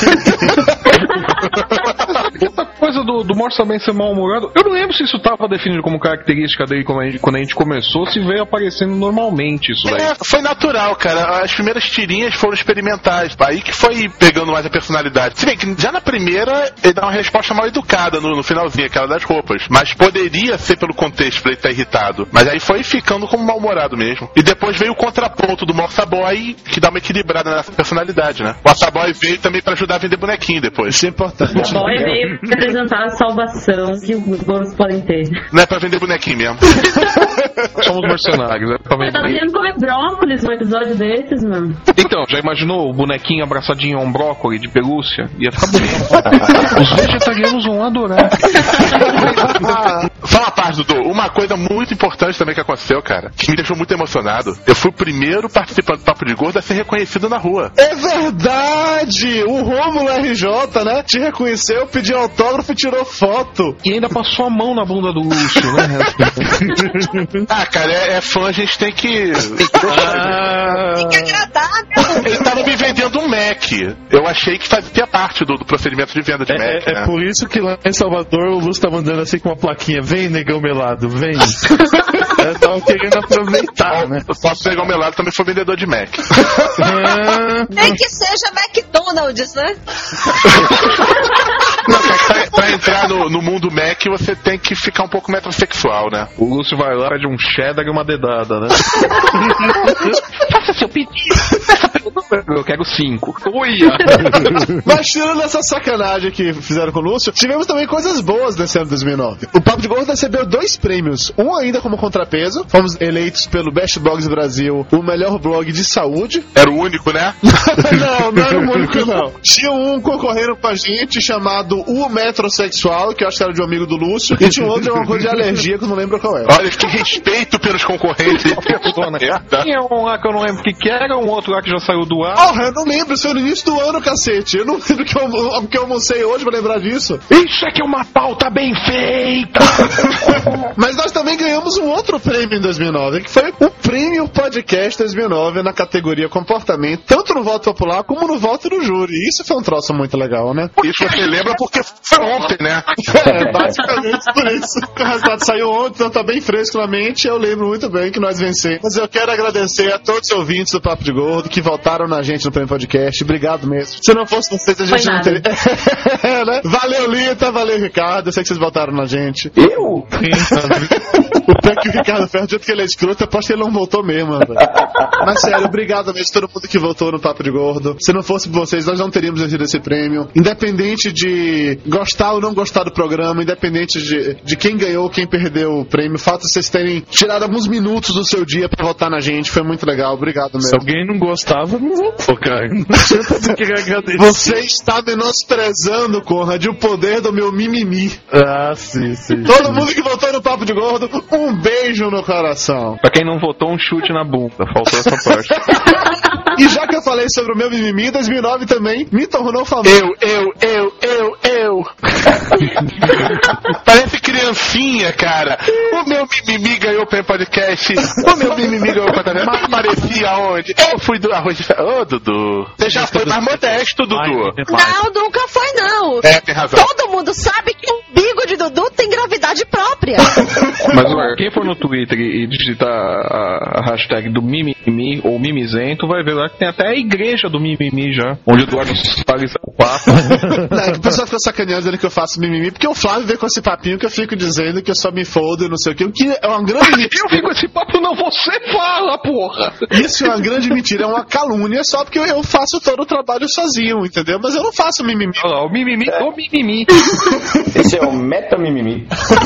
Outra coisa do Morsaman ser mal-humorado, eu não lembro se isso estava definido como característica dele quando a gente começou, se veio aparecendo normalmente isso daí. Foi natural, cara. As primeiras tirinhas foram experimentais. Aí que foi pegando mais a personalidade. Se bem que já na primeira ele dá uma resposta mal educada no finalzinho, aquela das roupas. Mas poderia ser pelo contexto pra ele estar irritado. Mas aí foi ficando como mal-humorado mesmo. E depois veio o contraponto do Morsaboy, que dá uma equilibrada nessa personalidade, né? O Morsaboy veio também pra ajudar a vender bonequinho depois. Isso é importante. O Morsaboy veio representar a salvação que os gordos podem ter. Não é pra vender bonequinho mesmo. Somos mercenários, Você tá querendo comer brócolis num episódio desses, mano? Então, já imaginou o bonequinho abraçadinho a um brócolis de pelúcia? Ia ficar bonito. Os vegetarianos vão adorar. Fala a parte, Dudu. Uma coisa muito importante também que aconteceu, cara, que me deixou muito emocionado. Eu fui o primeiro participante do Papo de Gordo a ser reconhecido na rua. É verdade! O Rômulo RJ, né? Te reconheceu, pediu autógrafo e tirou foto. E ainda passou a mão na bunda do Lúcio, né? Cara, é fã, a gente tem que... Tem que agradar, meu. Ele tava me vendendo um Mac. Eu achei que fazia parte do procedimento de venda de Mac, né? É por isso que lá em Salvador o Lúcio tava andando assim com uma plaquinha. Vem, negão melado, vem. Eu tava querendo aproveitar, né? O nosso negão melado também foi vendedor de Mac. Nem que seja McDonald's, né? Pra entrar no mundo Mac, você tem que ficar um pouco metrosexual, né? O Lúcio vai lá de um cheddar e uma dedada, né? Faça seu pedido. Eu quero 5. Uia! Mas tirando essa sacanagem que fizeram com o Lúcio, tivemos também coisas boas nesse ano de 2009. O Papo de Gordo recebeu 2 prêmios. Um ainda como contrapeso. Fomos eleitos pelo Best Blogs Brasil o melhor blog de saúde. Era o único, né? Não era o único, não. Tinha um concorrendo com a gente chamado O Metrosexual, que eu acho que era de um amigo do Lúcio. E tinha um outro, uma coisa de alergia que eu não lembro qual era. Olha, que respeito pelos concorrentes. Tinha um lá que eu não lembro o que era, um outro lá que já saiu do ar. Porra, eu não lembro, isso foi no início do ano, cacete. Eu não lembro que eu almocei hoje pra lembrar disso. Isso aqui é uma pauta bem feita! Mas nós também ganhamos um outro prêmio em 2009, que foi o Prêmio Podcast 2009 na categoria Comportamento, tanto no voto popular como no voto do júri. Isso foi um troço muito legal, né? Isso você lembra porque foi ontem, né? Basicamente por isso. O resultado saiu ontem, então tá bem fresco na mente. Eu lembro muito bem que nós vencemos. Mas eu quero agradecer a todos os ouvintes do Papo de Gordo que votaram na gente no Prêmio Podcast. Obrigado mesmo. Se não fosse vocês, a gente não teria... né? Valeu, Lita, valeu, Ricardo. Eu sei que vocês votaram na gente. Eu? O pé que o Ricardo fez, do jeito que ele é escroto, aposto que ele não voltou mesmo, rapaz. Mas sério, obrigado mesmo a todo mundo que votou no Papo de Gordo. Se não fosse por vocês, nós não teríamos recebido esse prêmio. Independente de gostar ou não gostar do programa, independente de quem ganhou ou quem perdeu o prêmio, o fato de vocês terem tirado alguns minutos do seu dia pra votar na gente foi muito legal. Obrigado mesmo. Se alguém não gostava, não votou, cara. Você está menosprezando, Conrad, o poder do meu mimimi. Ah, sim. Todo mundo que votou no Papo de Gordo, um beijo no coração. Pra quem não votou, um chute na bunda. Faltou essa parte. E já que eu falei sobre o meu mimimi, 2009 também me tornou famoso. Eu. Parece criancinha, cara. O meu mimimi ganhou o Prêmio Podcast. O meu mimimi ganhou o podcast. Mas parecia onde? Eu fui do arroz de festa. Ô, Dudu. Você já foi mais modesto, Dudu. Não, nunca foi, não. Tem razão. Todo mundo sabe que o umbigo de Dudu tem gravidade própria. Mas quem for no Twitter e digitar a hashtag do mimimi ou mimizento, vai ver lá que tem até a igreja do mimimi já, onde o Eduardo Salles é o Papa. Não, o pessoal fica sacaneando dizendo que eu faço mimimi, porque o Flávio vem com esse papinho que eu fico dizendo que eu só me fodo e não sei o que é uma grande mentira. Eu fico com esse papo, não, você fala, porra! Isso é uma grande mentira, é uma calúnia, só porque eu faço todo o trabalho sozinho, entendeu? Mas eu não faço mimimi. Olha lá, o mimimi. Esse é o meta-mimimi.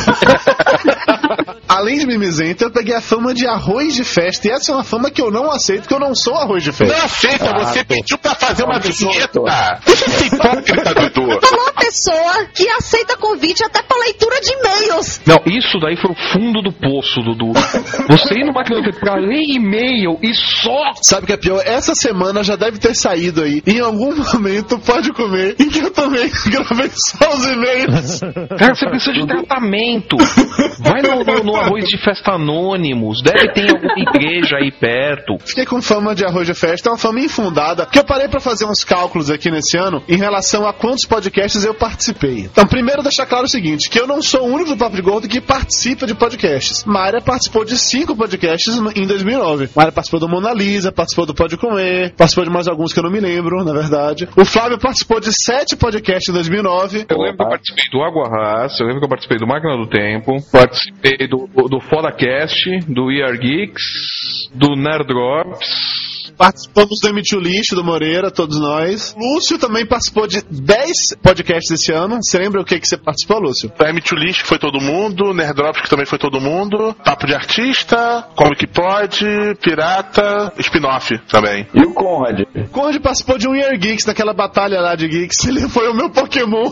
Além de mimizento, eu peguei a fama de arroz de festa, e essa é uma fama que eu não aceito, porque eu não sou arroz de festa. Não aceita, você pediu pra fazer uma vinheta. Deixa de ser hipócrita, Dudu. Falou uma pessoa que aceita convite até pra leitura de e-mails. Não, isso daí foi o fundo do poço, Dudu. Você ir no máquina do tempo pra ler e-mail e só... Sabe o que é pior? Essa semana já deve ter saído aí. Em algum momento, pode comer, em que eu também gravei só os e-mails. Cara, você precisa de tratamento. Vai no arroz de festa anônimos. Deve ter alguma igreja aí perto. Fiquei com fama de arroz de festa, é uma fama infundada, porque eu parei pra fazer uns cálculos aqui nesse ano em relação a quantos podcasts eu participei. Então, primeiro deixar claro o seguinte, que eu não sou o único do Papo de Gordo que participa de podcasts. Mayra participou de 5 podcasts em 2009. Mayra participou do Mona Lisa, participou do Pode Comer, participou de mais alguns que eu não me lembro, na verdade. O Flávio participou de 7 podcasts em 2009. Eu lembro que eu participei do Água Rasa, eu lembro que eu participei do Máquina do Tempo, participei do Fodacast, do We Are Geeks, do Nerd Drops. Participamos do Emitiu Lixo, do Moreira, todos nós. Lúcio também participou de 10 podcasts esse ano. Você lembra o que você participou, Lúcio? O Emitiu Lixo que foi todo mundo, Nerd Drops que também foi todo mundo, Papo de Artista, Como Que Pode, Pirata, Spin-Off também. E o Conrad? O Conrad participou de um Year Geeks, naquela batalha lá de Geeks. Ele foi o meu Pokémon.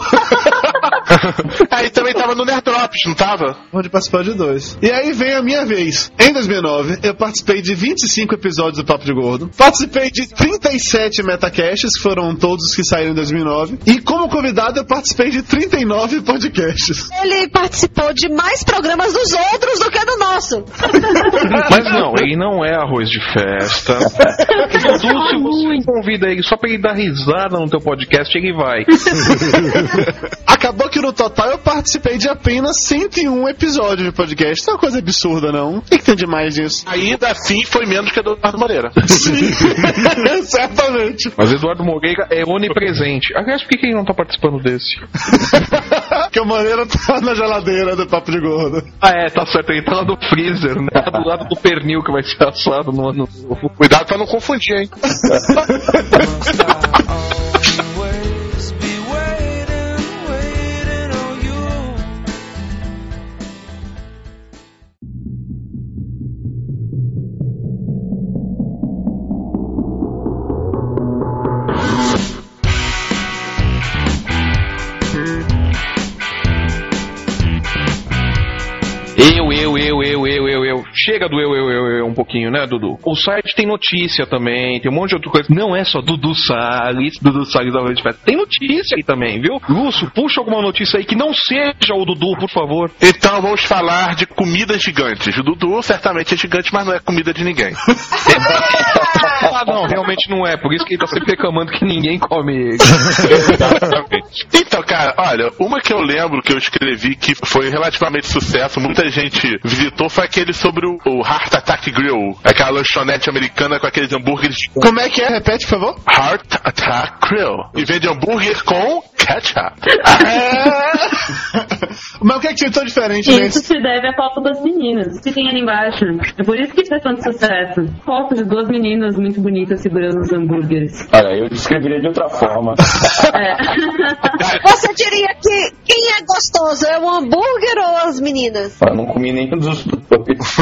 Aí também tava no Nerd Drops, não tava? O Conrad participou de 2. E aí vem a minha vez. Em 2009, eu participei de 25 episódios do Papo de Gordo. Participei de 37 metacasts, que foram todos os que saíram em 2009. E como convidado, eu participei de 39 podcasts. Ele participou de mais programas dos outros do que do nosso. Mas não, ele não é arroz de festa. Se você convida ele só pra ele dar risada no teu podcast, ele vai. Acabou que no total eu participei de apenas 101 episódios de podcast. Não é uma coisa absurda, não. O que tem de mais disso? Ainda assim, foi menos que a do Eduardo Moreira. Sim, certamente. Mas Eduardo Moreira é onipresente. Aliás, por que ele não tá participando desse? Porque o Moreira tá na geladeira do Papo de Gordo. Ah, tá certo. Ele tá lá do freezer, né? Tá do lado do pernil que vai ser assado no ano novo. Cuidado pra não confundir, hein? Eu. Chega do eu um pouquinho, né, Dudu? O site tem notícia também, tem um monte de outra coisa. Não é só Dudu Salles da Arroz de Festa. Tem notícia aí também, viu? Lúcio, puxa alguma notícia aí que não seja o Dudu, por favor. Então vamos falar de comidas gigantes. O Dudu certamente é gigante, mas não é comida de ninguém. Ah, não, realmente não é. Por isso que ele tá sempre reclamando que ninguém come ele. Então, Cara, olha, uma que eu lembro que eu escrevi que foi relativamente sucesso, muita gente visitou, foi aquele sobre o Heart Attack Grill, aquela lanchonete americana com aqueles hambúrgueres. Como é que é? Repete, por favor. Heart Attack Grill. E vende hambúrguer com ketchup. Mas o que é que tinha tão diferente isso nesse? se deve à foto das meninas que tem ali embaixo. É por isso que fez tanto sucesso. Foto de 2 meninas muito bonitas segurando os hambúrgueres. Olha, eu descreveria de outra forma. Você diria que quem é gostoso é o hambúrguer ou as meninas? Eu não comi nenhum dos dois.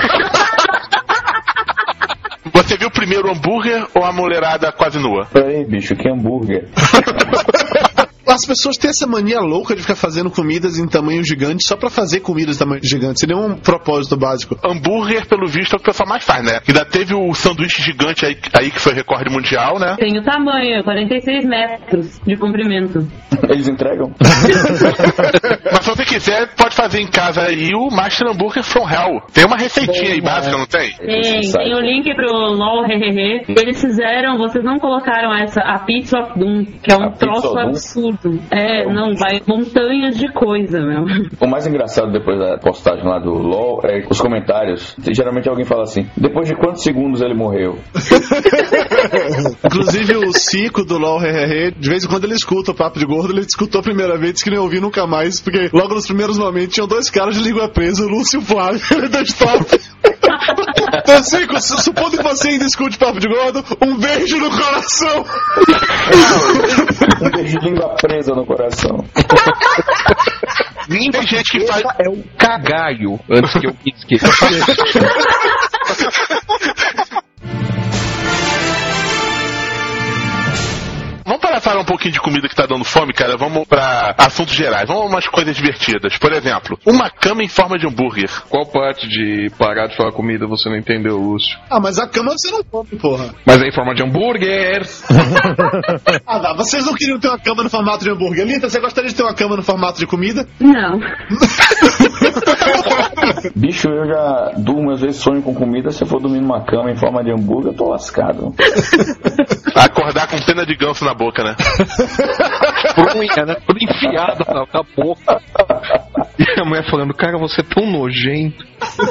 Você viu primeiro o hambúrguer ou a mulherada quase nua? Peraí, bicho, que hambúrguer? As pessoas têm essa mania louca de ficar fazendo comidas em tamanho gigante só pra fazer comidas em tamanho gigante, sem nenhum propósito básico. Hambúrguer, pelo visto, é o que o pessoal mais faz, né? Ainda teve o sanduíche gigante aí que foi recorde mundial, né? Tem o tamanho, 46 metros de comprimento. Eles entregam? Mas se você quiser, pode fazer em casa aí o Master Hambúrguer from Hell. Tem uma receitinha aí básica, não tem? Tem o link pro LOL Hehehe. Eles fizeram, vocês não colocaram a Pizza of Doom, que é um troço absurdo. Vai montanhas de coisa, meu. O mais engraçado depois da postagem lá do LOL é os comentários. Geralmente alguém fala assim: depois de quantos segundos ele morreu? Inclusive o Cico do LOL Hehehe, de vez em quando ele escuta o Papo de Gordo, ele escutou a primeira vez que nem ouviu nunca mais, porque logo nos primeiros momentos tinham 2 caras de língua presa, o Lúcio e o Flávio, ele deu stop. Então, Cico, supondo que você ainda escute Papo de Gordo, um beijo no coração. Um beijo de língua presa no coração. Tem gente que faz. É o cagalho, antes que eu me esqueça. Vamos parar de falar um pouquinho de comida que tá dando fome, cara. Vamos pra assuntos gerais. Vamos umas coisas divertidas. Por exemplo, uma cama em forma de hambúrguer. Qual parte de parar de falar comida você não entendeu, Lúcio? Ah, mas a cama você não come, porra. Mas é em forma de hambúrguer. Vocês não queriam ter uma cama no formato de hambúrguer? Lita, você gostaria de ter uma cama no formato de comida? Não. Bicho, eu já durmo, às vezes sonho com comida. Se eu for dormir numa cama em forma de hambúrguer, eu tô lascado. Acordar com pena de ganso na boca, né? Unha, né? Tudo enfiado na boca. E a mulher falando, cara, você é tão nojento.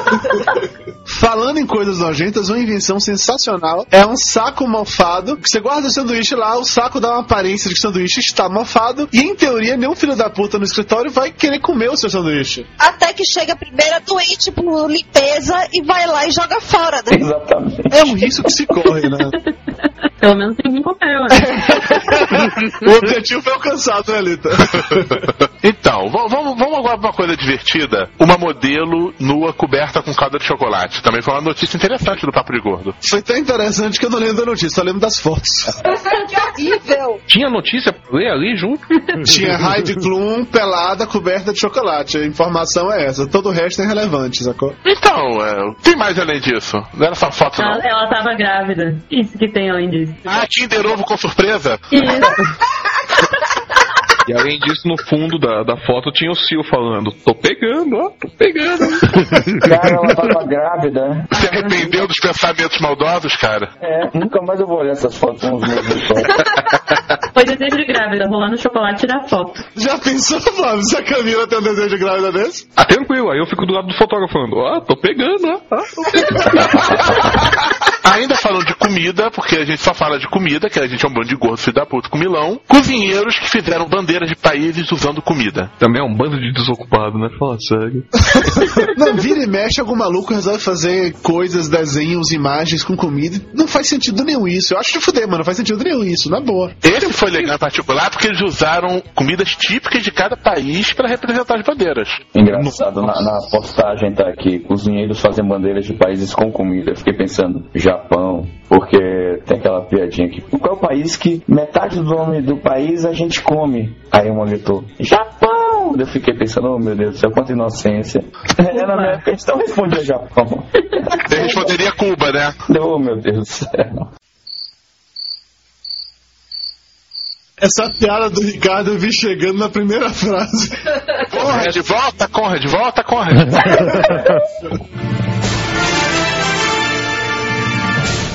Falando em coisas nojentas, uma invenção sensacional é um saco mofado, que você guarda o sanduíche lá, o saco dá uma aparência de que o sanduíche está mofado, e em teoria nenhum filho da puta no escritório vai querer comer o seu sanduíche. Até que chega a primeira doente por limpeza e vai lá e joga fora, né? Exatamente. É um risco que se corre, né? Pelo menos ninguém comeu, né? O objetivo foi alcançado, né, Lita? Então, vamos agora pra uma coisa divertida. Uma modelo nua coberta com calda de chocolate. Também foi uma notícia interessante do Papo de Gordo. Foi tão interessante que eu não lembro da notícia, só lembro das fotos. Que horrível! Tinha notícia pra ler ali junto? Tinha Heidi Klum pelada coberta de chocolate. A informação é essa. Todo o resto é irrelevante, sacou? Então, tem mais além disso. Não era só foto, não. Ela tava grávida. Isso que tem além disso. Ah, Kinder Ovo com surpresa? Isso. E além disso, no fundo da foto tinha o Sil falando, tô pegando, ó, tô pegando. Cara, ela tava grávida. Se arrependeu dos pensamentos maldosos, cara? Nunca mais eu vou olhar essas fotos com os meus só. Foi desejo de grávida, rolando chocolate e tirar foto. Já pensou, Flávio, se a Camila tem um desejo de grávida desse? Ah, tranquilo, aí eu fico do lado do fotógrafo falando, ó, tô pegando, ó, tô pegando. Ainda falando de comida, porque a gente só fala de comida, que a gente é um bando de gordo, filho da puta, comilão. Cozinheiros que fizeram bandeiras de países usando comida. Também é um bando de desocupado, né? Fala sério. Não, vira e mexe, algum maluco resolve fazer coisas, desenhos, imagens com comida. Não faz sentido nenhum isso. Eu acho de fuder, mano. Não faz sentido nenhum isso, na boa. Esse foi legal em particular porque eles usaram comidas típicas de cada país para representar as bandeiras. Engraçado, na postagem tá aqui, cozinheiros fazem bandeiras de países com comida. Eu fiquei pensando, Japão, porque tem aquela piadinha aqui. Qual é o país que metade do nome do país a gente come? Aí uma gritou, Japão! Eu fiquei pensando, oh meu Deus do céu, quanta inocência. Na minha questão respondia Japão. Você responderia Cuba, né? Oh meu Deus do céu. Essa piada do Ricardo eu vi chegando na primeira frase. Conrad, volta, Conrad, volta, Conrad.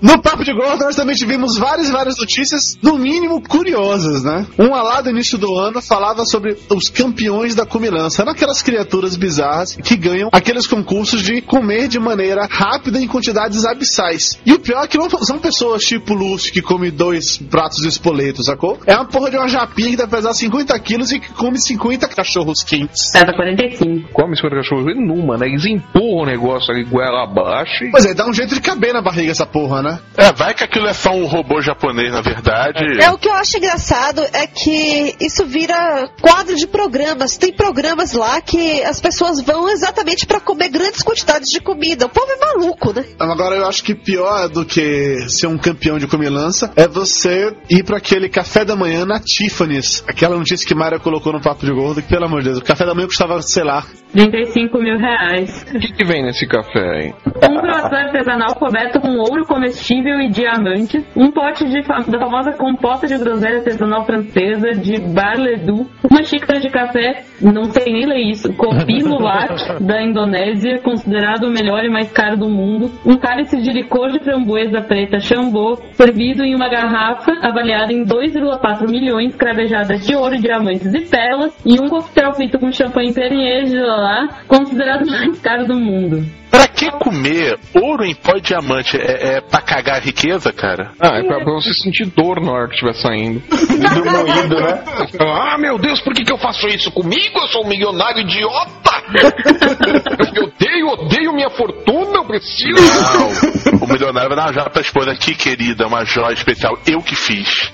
No Papo de Gordo nós também tivemos várias notícias, no mínimo curiosas, né? Uma lá do início do ano falava sobre os campeões da comilança. Eram aquelas criaturas bizarras que ganham aqueles concursos de comer de maneira rápida em quantidades abissais. E o pior é que não são pessoas tipo Lúcio que come 2 pratos de espoleto, sacou? É uma porra de uma japinha que deve pesar 50 quilos e que come 50 cachorros quentes. Pesa 45. Come 50 cachorros numa, né? Eles empurram o negócio ali, goela abaixo. Pois é, dá um jeito de caber na barriga essa porra, né? Vai que aquilo é só um robô japonês, na verdade. O que eu acho engraçado é que isso vira quadro de programas. Tem programas lá que as pessoas vão exatamente pra comer grandes quantidades de comida. O povo é maluco, né? Agora eu acho que pior do que ser um campeão de comilança é você ir pra aquele café da manhã na Tiffany's. Aquela notícia que Mayra colocou no Papo de Gordo, que pelo amor de Deus, o café da manhã custava, sei lá, 35 mil reais. O que vem nesse café aí? Um croissant artesanal coberto com ouro comestível e diamantes, um pote da famosa compota de groselha artesanal francesa de Bar Ledoux, uma xícara de café, não sei nem ler isso, Kopi Luwak da Indonésia, considerado o melhor e mais caro do mundo, um cálice de licor de framboesa preta Chambô, servido em uma garrafa avaliada em 2,4 milhões, cravejadas de ouro, diamantes e pérolas, e um coquetel feito com champanhe Perrier de lá, considerado o mais caro do mundo. Pra que comer ouro em pó de diamante? É pra cagar a riqueza, cara? É pra você sentir dor na hora que estiver saindo. Moído, né? Ah, meu Deus, por que eu faço isso comigo? Eu sou um milionário idiota! Eu odeio minha fortuna, eu preciso... Não, o milionário vai dar uma joia pra esposa aqui, querida, uma joia especial, eu que fiz.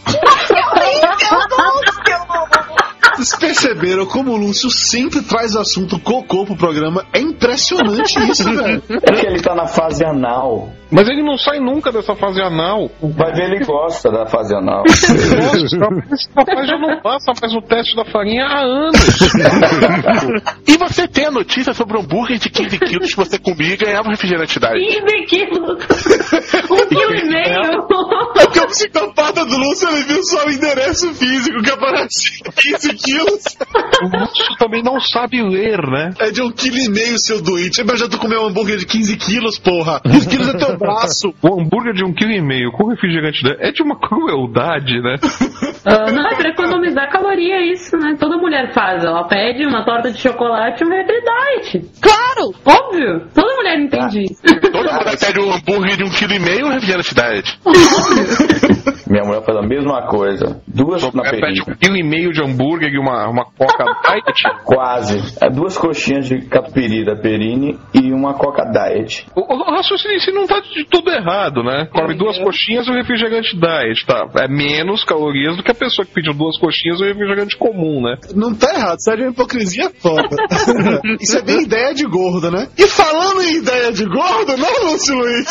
Vocês perceberam como o Lúcio sempre traz o assunto cocô pro programa? É impressionante isso, velho. É que ele tá na fase anal. Mas ele não sai nunca dessa fase anal. Vai ver, ele gosta da fase anal. Esse rapaz já não passa mais o teste da farinha há anos. E você tem a notícia sobre um hambúrguer de 15 quilos que você comia e ganhava um refrigerante da 15 quilos? 1,5 kg? É porque o psicopata do Lúcio, ele viu só o endereço físico que aparece 15 quilos. O Lúcio também não sabe ler, né? É de 1,5 kg seu doente. Imagina tu comer um hambúrguer de 15 quilos, porra. 15 quilos é teu braço. O hambúrguer de 1,5 kg com refrigerante é de uma crueldade, né? Não, é pra economizar caloria isso, né? Toda mulher faz. Ela pede uma torta de chocolate e um Happy Diet. Claro! Óbvio! Toda mulher entende isso. Toda mulher pede um hambúrguer de 1,5 kg e um refrigerante diet. Minha mulher faz a mesma coisa. 2 na perina. Pede 1,5 kg de hambúrguer e uma Coca Diet? Quase. 2 coxinhas de catupiry da Perine e uma Coca Diet. O raciocínio não tá de tudo errado, né? Come 2 coxinhas e um refrigerante Diet, tá? É menos calorias do que a pessoa que pediu 2 coxinhas e um refrigerante comum, né? Não tá errado, isso é de uma hipocrisia foda. Isso é bem ideia de gordo, né? E falando em ideia de gordo, não, Lúcio Luiz?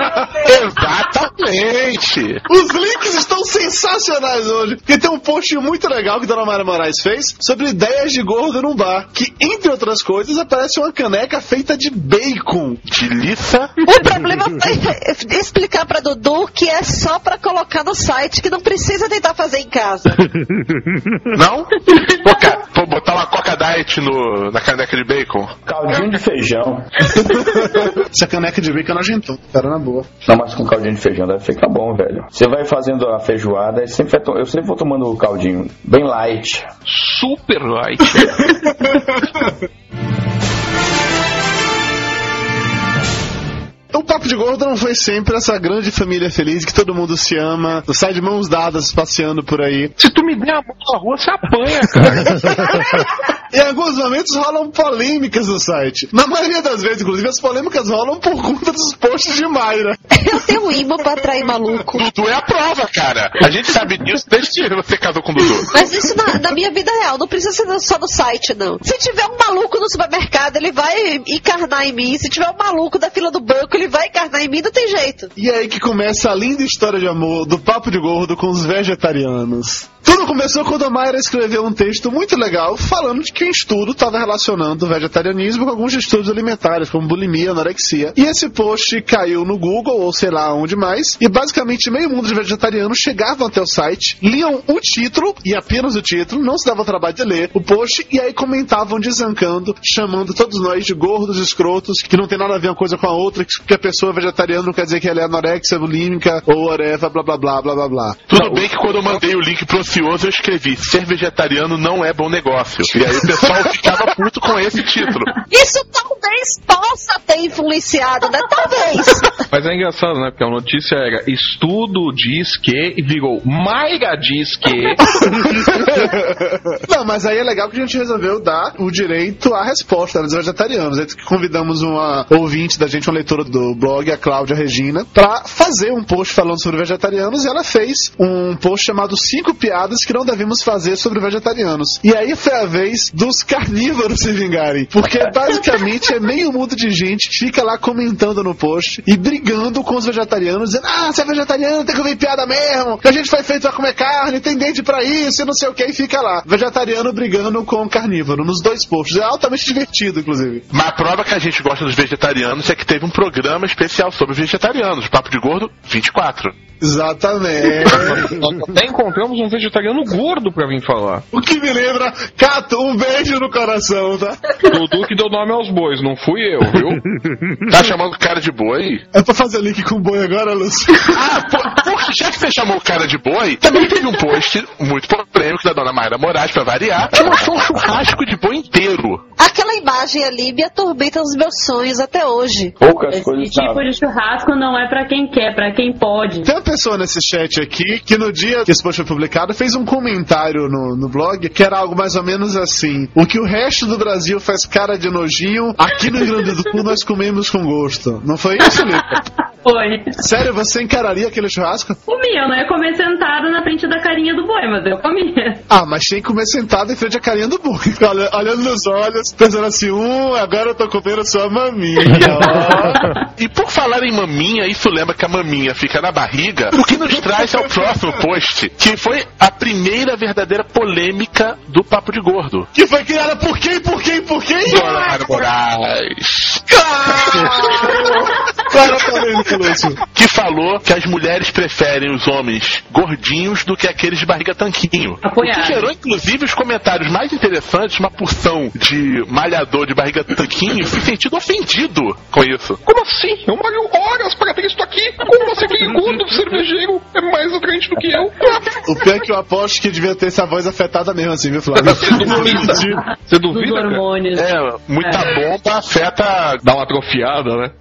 Exatamente! Os links estão sensacionais hoje, porque tem um post muito legal que a Dona Mayra Moraes fez sobre ideias de gordo num bar, que, entre outras coisas, aparece uma caneca feita de bacon. De liça? O problema é explicar pra Dudu que é só pra colocar no site, que não precisa tentar fazer em casa. Não? Vou botar uma Coca Diet na caneca de bacon. Caldinho de feijão. Essa caneca de bacon não agentou, cara, na boa. Não, mas com caldinho de feijão deve ficar bom, velho. Você vai fazendo a feijoada e eu sempre vou tomando o caldinho bem light. Super light. O Papo de Gordo não foi sempre essa grande família feliz que todo mundo se ama, sai de mãos dadas passeando por aí. Se tu me der a mão na rua, você apanha, cara. Em alguns momentos rolam polêmicas no site. Na maioria das vezes, inclusive, as polêmicas rolam por conta dos posts de Mayra. Eu tenho um imã pra atrair maluco. Dudu é a prova, cara. A gente sabe disso desde que você casou com o Dudu. Mas isso na minha vida real, não precisa ser só no site, não. Se tiver um maluco no supermercado, ele vai encarnar em mim. Se tiver um maluco da fila do banco, ele vai encarnar em mim, não tem jeito. E aí que começa a linda história de amor do Papo de Gordo com os vegetarianos. Tudo começou quando a Mayra escreveu um texto muito legal falando de que um estudo estava relacionando o vegetarianismo com alguns distúrbios alimentares, como bulimia, anorexia. E esse post caiu no Google, ou sei lá onde mais, e basicamente meio mundo de vegetarianos chegavam até o site, liam o título, e apenas o título, não se dava o trabalho de ler o post, e aí comentavam desancando, chamando todos nós de gordos, escrotos, que não tem nada a ver uma coisa com a outra, que a pessoa é vegetariana não quer dizer que ela é anorexia, bulímica, ou whatever, blá blá blá blá blá blá. Tudo bem que quando eu mandei o link pro Ocioso, eu escrevi: ser vegetariano não é bom negócio. E aí o pessoal ficava puto com esse título. Isso talvez possa ter influenciado, né? Talvez. Mas é engraçado, né? Porque a notícia era: estudo diz que, e virou Mayra diz que. Não, mas aí é legal que a gente resolveu dar o direito à resposta dos vegetarianos. Aí convidamos uma ouvinte da gente, uma leitora do blog, a Cláudia Regina, pra fazer um post falando sobre vegetarianos, e ela fez um post chamado 5 piadas que não devemos fazer sobre vegetarianos. E aí foi a vez dos carnívoros se vingarem, porque basicamente é meio mundo de gente que fica lá comentando no post e brigando com os vegetarianos, dizendo: você é vegetariano, tem que ouvir piada mesmo, que a gente foi feito pra comer carne, tem dente pra isso e não sei o que, e fica lá, vegetariano brigando com carnívoro, nos 2 posts. É altamente divertido, inclusive. Mas a prova que a gente gosta dos vegetarianos é que teve um programa especial sobre vegetarianos, Papo de Gordo 24. Exatamente. Nós até encontramos um vegetariano gordo pra vir falar. O que me lembra, Cato, um beijo no coração, tá? Dudu que deu nome aos bois, não fui eu, viu? Tá chamando o cara de boi? É pra fazer link com boi agora, Lúcio? Já que você chamou o cara de boi, também teve um post muito polêmico da dona Mayra Moraes, pra variar, que mostrou um churrasco de boi inteiro. Aquela imagem ali me atormenta os meus sonhos até hoje. Esse tipo de churrasco não é pra quem quer, pra quem pode. Tem uma pessoa nesse chat aqui que no dia que esse post foi publicado fez um comentário no blog que era algo mais ou menos assim: o que o resto do Brasil faz cara de nojinho, aqui no Rio Grande do Sul nós comemos com gosto. Não foi isso, Lipa? Foi. Sério, você encararia aquele churrasco? Comia, eu não ia comer sentado na frente da carinha do boi, mas eu comia. Mas tem que comer sentado em frente à carinha do boi, olhando nos olhos, pensando assim: agora eu tô comendo sua maminha. E por falar em maminha, isso lembra que a maminha fica na barriga, o que nos traz ao próximo post, que foi a primeira verdadeira polêmica do Papo de Gordo. Que foi criada por quem? Dona Mayra Moraes. Claro, polêmica, Lúcio. Que falou que as mulheres preferem os homens gordinhos do que aqueles de barriga tanquinho. Apoiado. O que gerou, inclusive, os comentários mais interessantes, uma porção de malhador de barriga tanquinho se sentindo ofendido com isso. Como assim? Eu malho horas para ter isso aqui. Como você que é gordo, cervejeiro, é mais atraente do que eu? O pior é que eu aposto que devia ter essa voz afetada mesmo assim, viu, Flávio? Você duvida, cara? Hormônios. Muita bomba afeta... Dá uma atrofiada, né?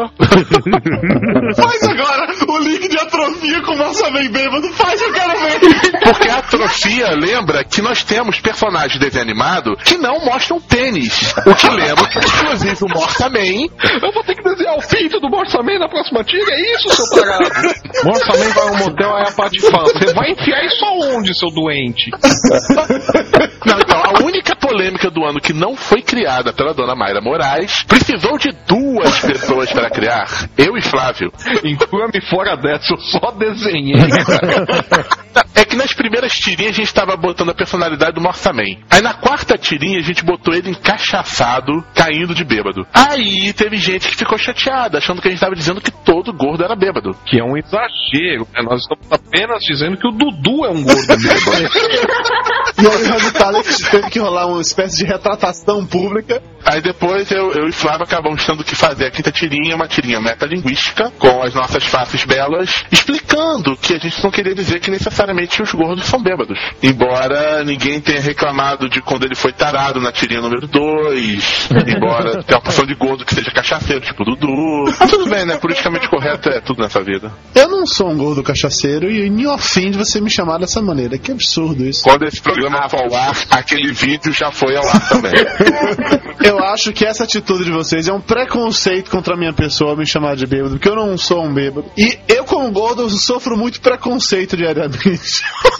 Faz agora o link de atrofia com o nosso bem bêbado. Faz, eu quero ver. Porque a atrofia lembra que nós temos personagens de desenho animado que não mostram tênis. O que lembra que, inclusive, o Morsaman... Eu vou ter que desenhar o pinto do Morsaman na próxima tira, é isso, seu tarado? Morsaman vai ao motel, aí a patifã. Você vai enfiar isso aonde, seu doente? Não, então, a única polêmica do ano que não foi criada pela dona Mayra Moraes precisou de 2 pessoas para criar. Eu e Flávio. Inclua-me fora dessa, eu só desenhei. É que nas primeiras tirinhas a gente tava botando a personalidade do Morsaman. Aí na 4ª tirinha a gente botou ele encachaçado, caindo de bêbado. Aí teve gente que ficou chateada, achando que a gente tava dizendo que todo gordo era bêbado. Que é um exagero, né? Nós estamos apenas dizendo que o Dudu é um gordo bêbado. E aí o resultado é que teve que rolar uma espécie de retratação pública. Aí depois eu e Flávio acabamos tendo que fazer a 5ª tirinha, uma tirinha metalinguística, com as nossas faces belas, explicando que a gente não queria dizer que necessariamente os gordos são bêbados. Embora ninguém tenha reclamado de quando ele foi tarado na tirinha número 2, embora tenha uma porção de gordo que seja cachaceiro, tipo Dudu. Tudo bem, né? Politicamente correto é tudo nessa vida. Eu não sou um gordo cachaceiro e me ofende você me chamar dessa maneira. Que absurdo isso. Quando esse programa for ao ar, aquele vídeo já foi ao ar também. Eu acho que essa atitude de vocês é um preconceito contra a minha pessoa me chamar de bêbado, porque eu não sou um bêbado. E eu, como gordo, sofro muito preconceito diariamente.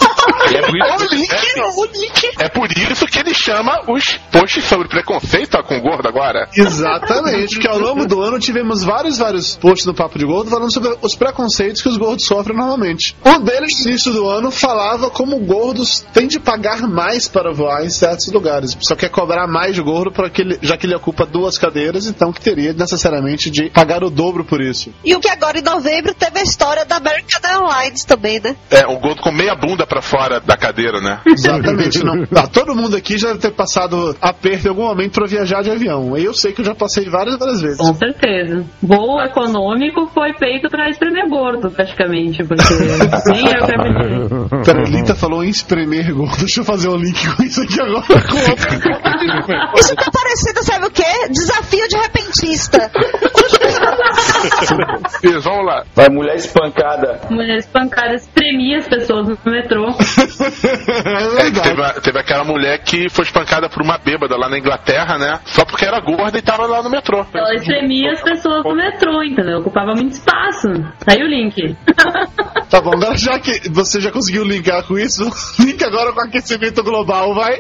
O link. É por isso que ele chama os posts sobre preconceito com gordo agora. Exatamente, porque ao longo do ano tivemos vários posts no Papo de Gordo falando sobre os preconceitos que os gordos sofrem normalmente. Um deles, no início do ano, falava como gordos têm de pagar mais para voar em certos lugares. Só quer cobrar mais de gordo, já que ele ocupa 2 cadeiras, então que teria necessariamente de pagar o dobro por isso. E o que agora em novembro teve a história da American Airlines também, né? Um gordo com meia bunda pra fora da cadeira, né? Exatamente. Não. Todo mundo aqui já deve ter passado aperto em algum momento pra viajar de avião. Eu sei que eu já passei várias vezes. Com certeza. Voo econômico foi feito pra espremer gordo, praticamente, porque nem eu que avisei. Pera, a Lita falou em espremer gordo. Deixa eu fazer um link com isso aqui agora. Isso tá parecendo, sabe o quê? Desafio de repentista. Isso, vamos lá. Vai, mulher espancada. Mulher espancada espremia as pessoas no metrô. Teve aquela mulher que foi espancada por uma bêbada lá na Inglaterra, né? Só porque era gorda e tava lá no metrô. Ela espremia as pessoas no metrô, entendeu? Ocupava muito espaço. Tá aí o link. Tá bom, agora já que você já conseguiu linkar com isso, link agora com o aquecimento global, vai?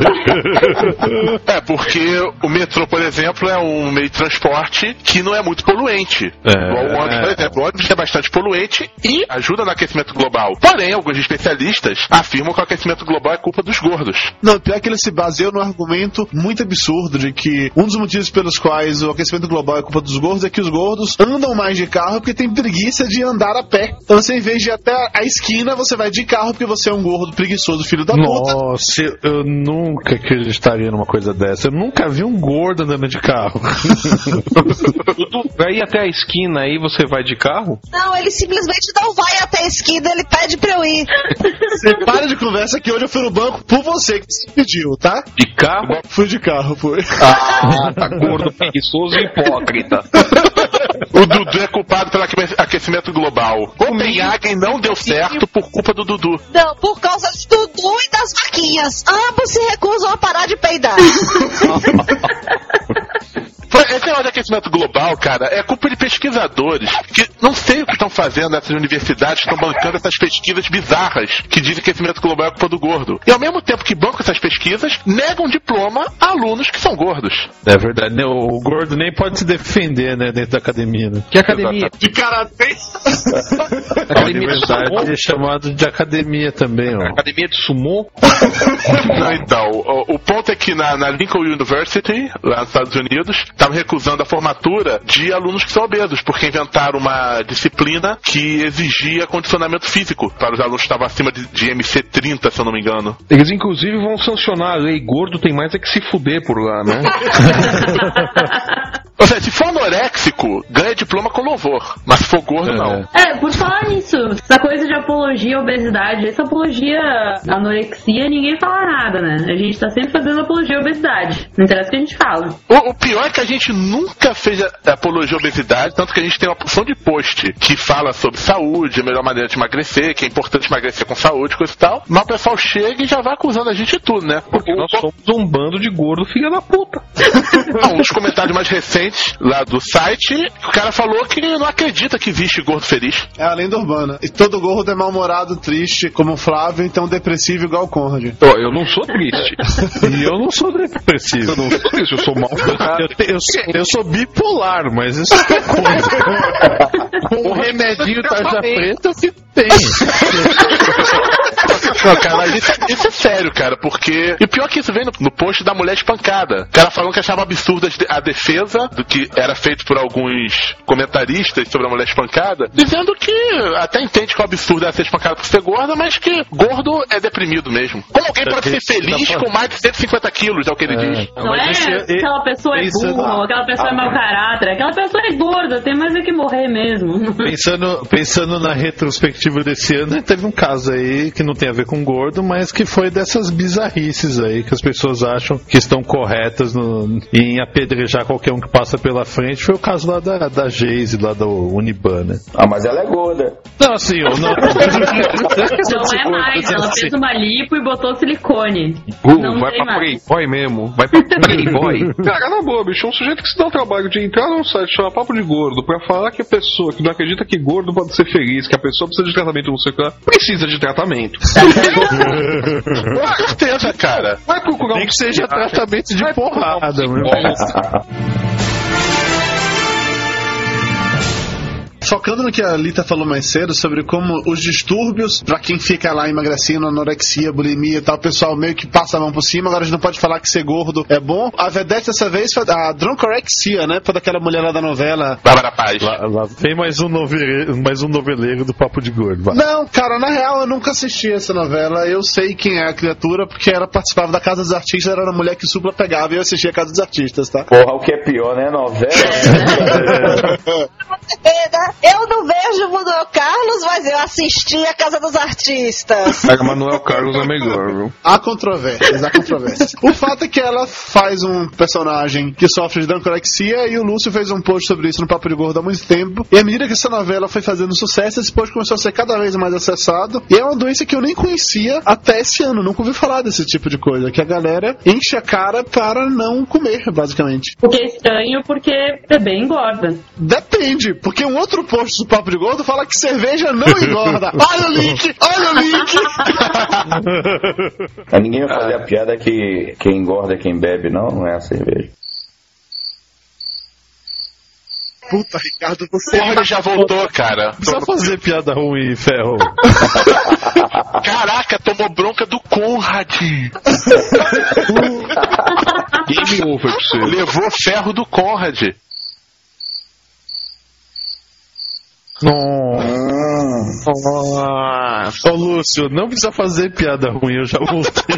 Porque o metrô, por exemplo, é um meio de transporte que não é muito poluente. Igual o ônibus, por exemplo. O ônibus é bastante poluente e ajuda no aquecimento global. Porém, alguns especialistas afirmam que o aquecimento global é culpa dos gordos. Não, pior que ele se baseou num argumento muito absurdo de que um dos motivos pelos quais o aquecimento global é culpa dos gordos é que os gordos andam mais de carro porque tem preguiça de andar a pé. Então você, em vez de ir até a esquina, você vai de carro porque você é um gordo preguiçoso, filho da puta. Nossa, eu nunca acreditaria numa coisa dessa. Eu nunca vi um gordo andando de carro. Vai até a esquina aí, você vai de carro? Não, ele simplesmente não vai até a esquina, ele pede pra eu ir. Você para de conversa que hoje eu fui no banco por você que se pediu, tá? De carro? Fui de carro, fui. Tá gordo, preguiçoso e hipócrita. O Dudu é culpado pelo aquecimento global. Copenhagen não deu certo por culpa do Dudu. Não, por causa do Dudu e das vaquinhas. Ambos se recusam a parar de peidar. Esse negócio de aquecimento global, cara, é culpa de pesquisadores que não sei o que estão fazendo nessas universidades, estão bancando essas pesquisas bizarras que dizem que aquecimento global é culpa do gordo. E ao mesmo tempo que bancam essas pesquisas, negam diploma a alunos que são gordos. É verdade, né? O gordo nem pode se defender, né, dentro da academia, né? Que academia? De karatê? A universidade é chamado de academia também, ó. Academia de sumô? Então, o ponto é que na Lincoln University, lá nos Estados Unidos, estavam recusando a formatura de alunos que são obesos, porque inventaram uma disciplina que exigia condicionamento físico para os alunos que estavam acima de MC30, se eu não me engano. Eles, inclusive, vão sancionar a lei. Gordo tem mais é que se fuder por lá, né? Ou seja, se for anoréxico, ganha diploma com louvor. Mas se for gordo, não. Por falar nisso, essa coisa de apologia à obesidade, essa apologia à anorexia, ninguém fala nada, né? A gente tá sempre fazendo apologia à obesidade. Não interessa o que a gente fala. O pior é que a gente nunca fez apologia à obesidade, tanto que a gente tem uma porção de post que fala sobre saúde, a melhor maneira de emagrecer, que é importante emagrecer com saúde, coisa e tal. Mas o pessoal chega e já vai acusando a gente de tudo, né? Porque nós somos um bando de gordo filha da puta. Um dos comentários mais recentes lá do site, o cara falou que não acredita que existe gordo feliz. É a lenda urbana. E todo gordo é mal-humorado, triste, como o Flávio, então depressivo igual o Conrad. Eu não sou triste. E eu não sou depressivo. Eu não sou triste, eu sou mal-humorado. Eu sou bipolar, mas isso é coisa. Com o remedinho tarja preta, o que tem? Não, cara, isso é sério, cara, porque... E pior que isso vem no post da mulher espancada. O cara falando que achava absurda a defesa do que era feito por alguns comentaristas sobre a mulher espancada, dizendo que até entende que é um absurdo ela ser espancada por ser gorda, mas que gordo é deprimido mesmo. Como alguém pode ser feliz com mais de 150 quilos, é o que ele diz. Não é aquela pessoa é burra, aquela pessoa é mau caráter, aquela pessoa é gorda, tem mais é que morrer mesmo. Pensando na retrospectiva desse ano, teve um caso aí que não tem a ver com gordo, mas que foi dessas bizarrices aí que as pessoas acham que estão corretas em apedrejar qualquer um que passa pela frente. Foi o caso lá da Geise, lá do Uniban, né? Mas ela é gorda. Não, assim, eu não... Não é mais, ela fez uma lipo e botou silicone. Não vai pra Playboy mesmo. Vai pra Playboy. Cara, na boa, bicho, um sujeito que se dá o trabalho de entrar num site chamado Papo de Gordo pra falar que a pessoa que não acredita que gordo pode ser feliz, que a pessoa precisa de tratamento no seu corpo, precisa de tratamento. Com certeza, cara. Vai procurar nem que seja tratamento de porrada, mano. Focando no que a Lita falou mais cedo sobre como os distúrbios, pra quem fica lá emagrecendo, anorexia, bulimia e tal, o pessoal meio que passa a mão por cima. Agora a gente não pode falar que ser gordo é bom. A vedete dessa vez foi a Drunkorexia, né? Foi daquela mulher lá da novela Bárbara Paz. Lá vem mais um noveleiro do Papo de Gordo. Vai. Não, cara, na real eu nunca assisti essa novela. Eu sei quem é a criatura porque ela participava da Casa dos Artistas, era uma mulher que supla pegava e eu assistia a Casa dos Artistas, tá? Porra, o que é pior, né? Novela. Eu não vejo o Manuel Carlos, mas eu assisti a Casa dos Artistas. Manuel Carlos é melhor, viu? Há controvérsias, há controvérsias. O fato é que ela faz um personagem que sofre de drunkorexia e o Lúcio fez um post sobre isso no Papo de Gordo há muito tempo. E à medida que essa novela foi fazendo sucesso, esse post começou a ser cada vez mais acessado. E é uma doença que eu nem conhecia até esse ano. Nunca ouvi falar desse tipo de coisa. Que a galera enche a cara para não comer, basicamente. O que é estranho porque bebê engorda. Depende, porque um outro post do Papo de Gordo fala que cerveja não engorda. Olha o link! Olha o link! Ninguém vai fazer a piada que quem engorda é quem bebe, não é a cerveja. Puta, Ricardo, você... Porra, já voltou, cara. Não precisa fazer piada ruim, ferro. Caraca, tomou bronca do Conrad. Game over pra você. Levou ferro do Conrad. Nossa. Ô Lúcio, não precisa fazer piada ruim, eu já voltei.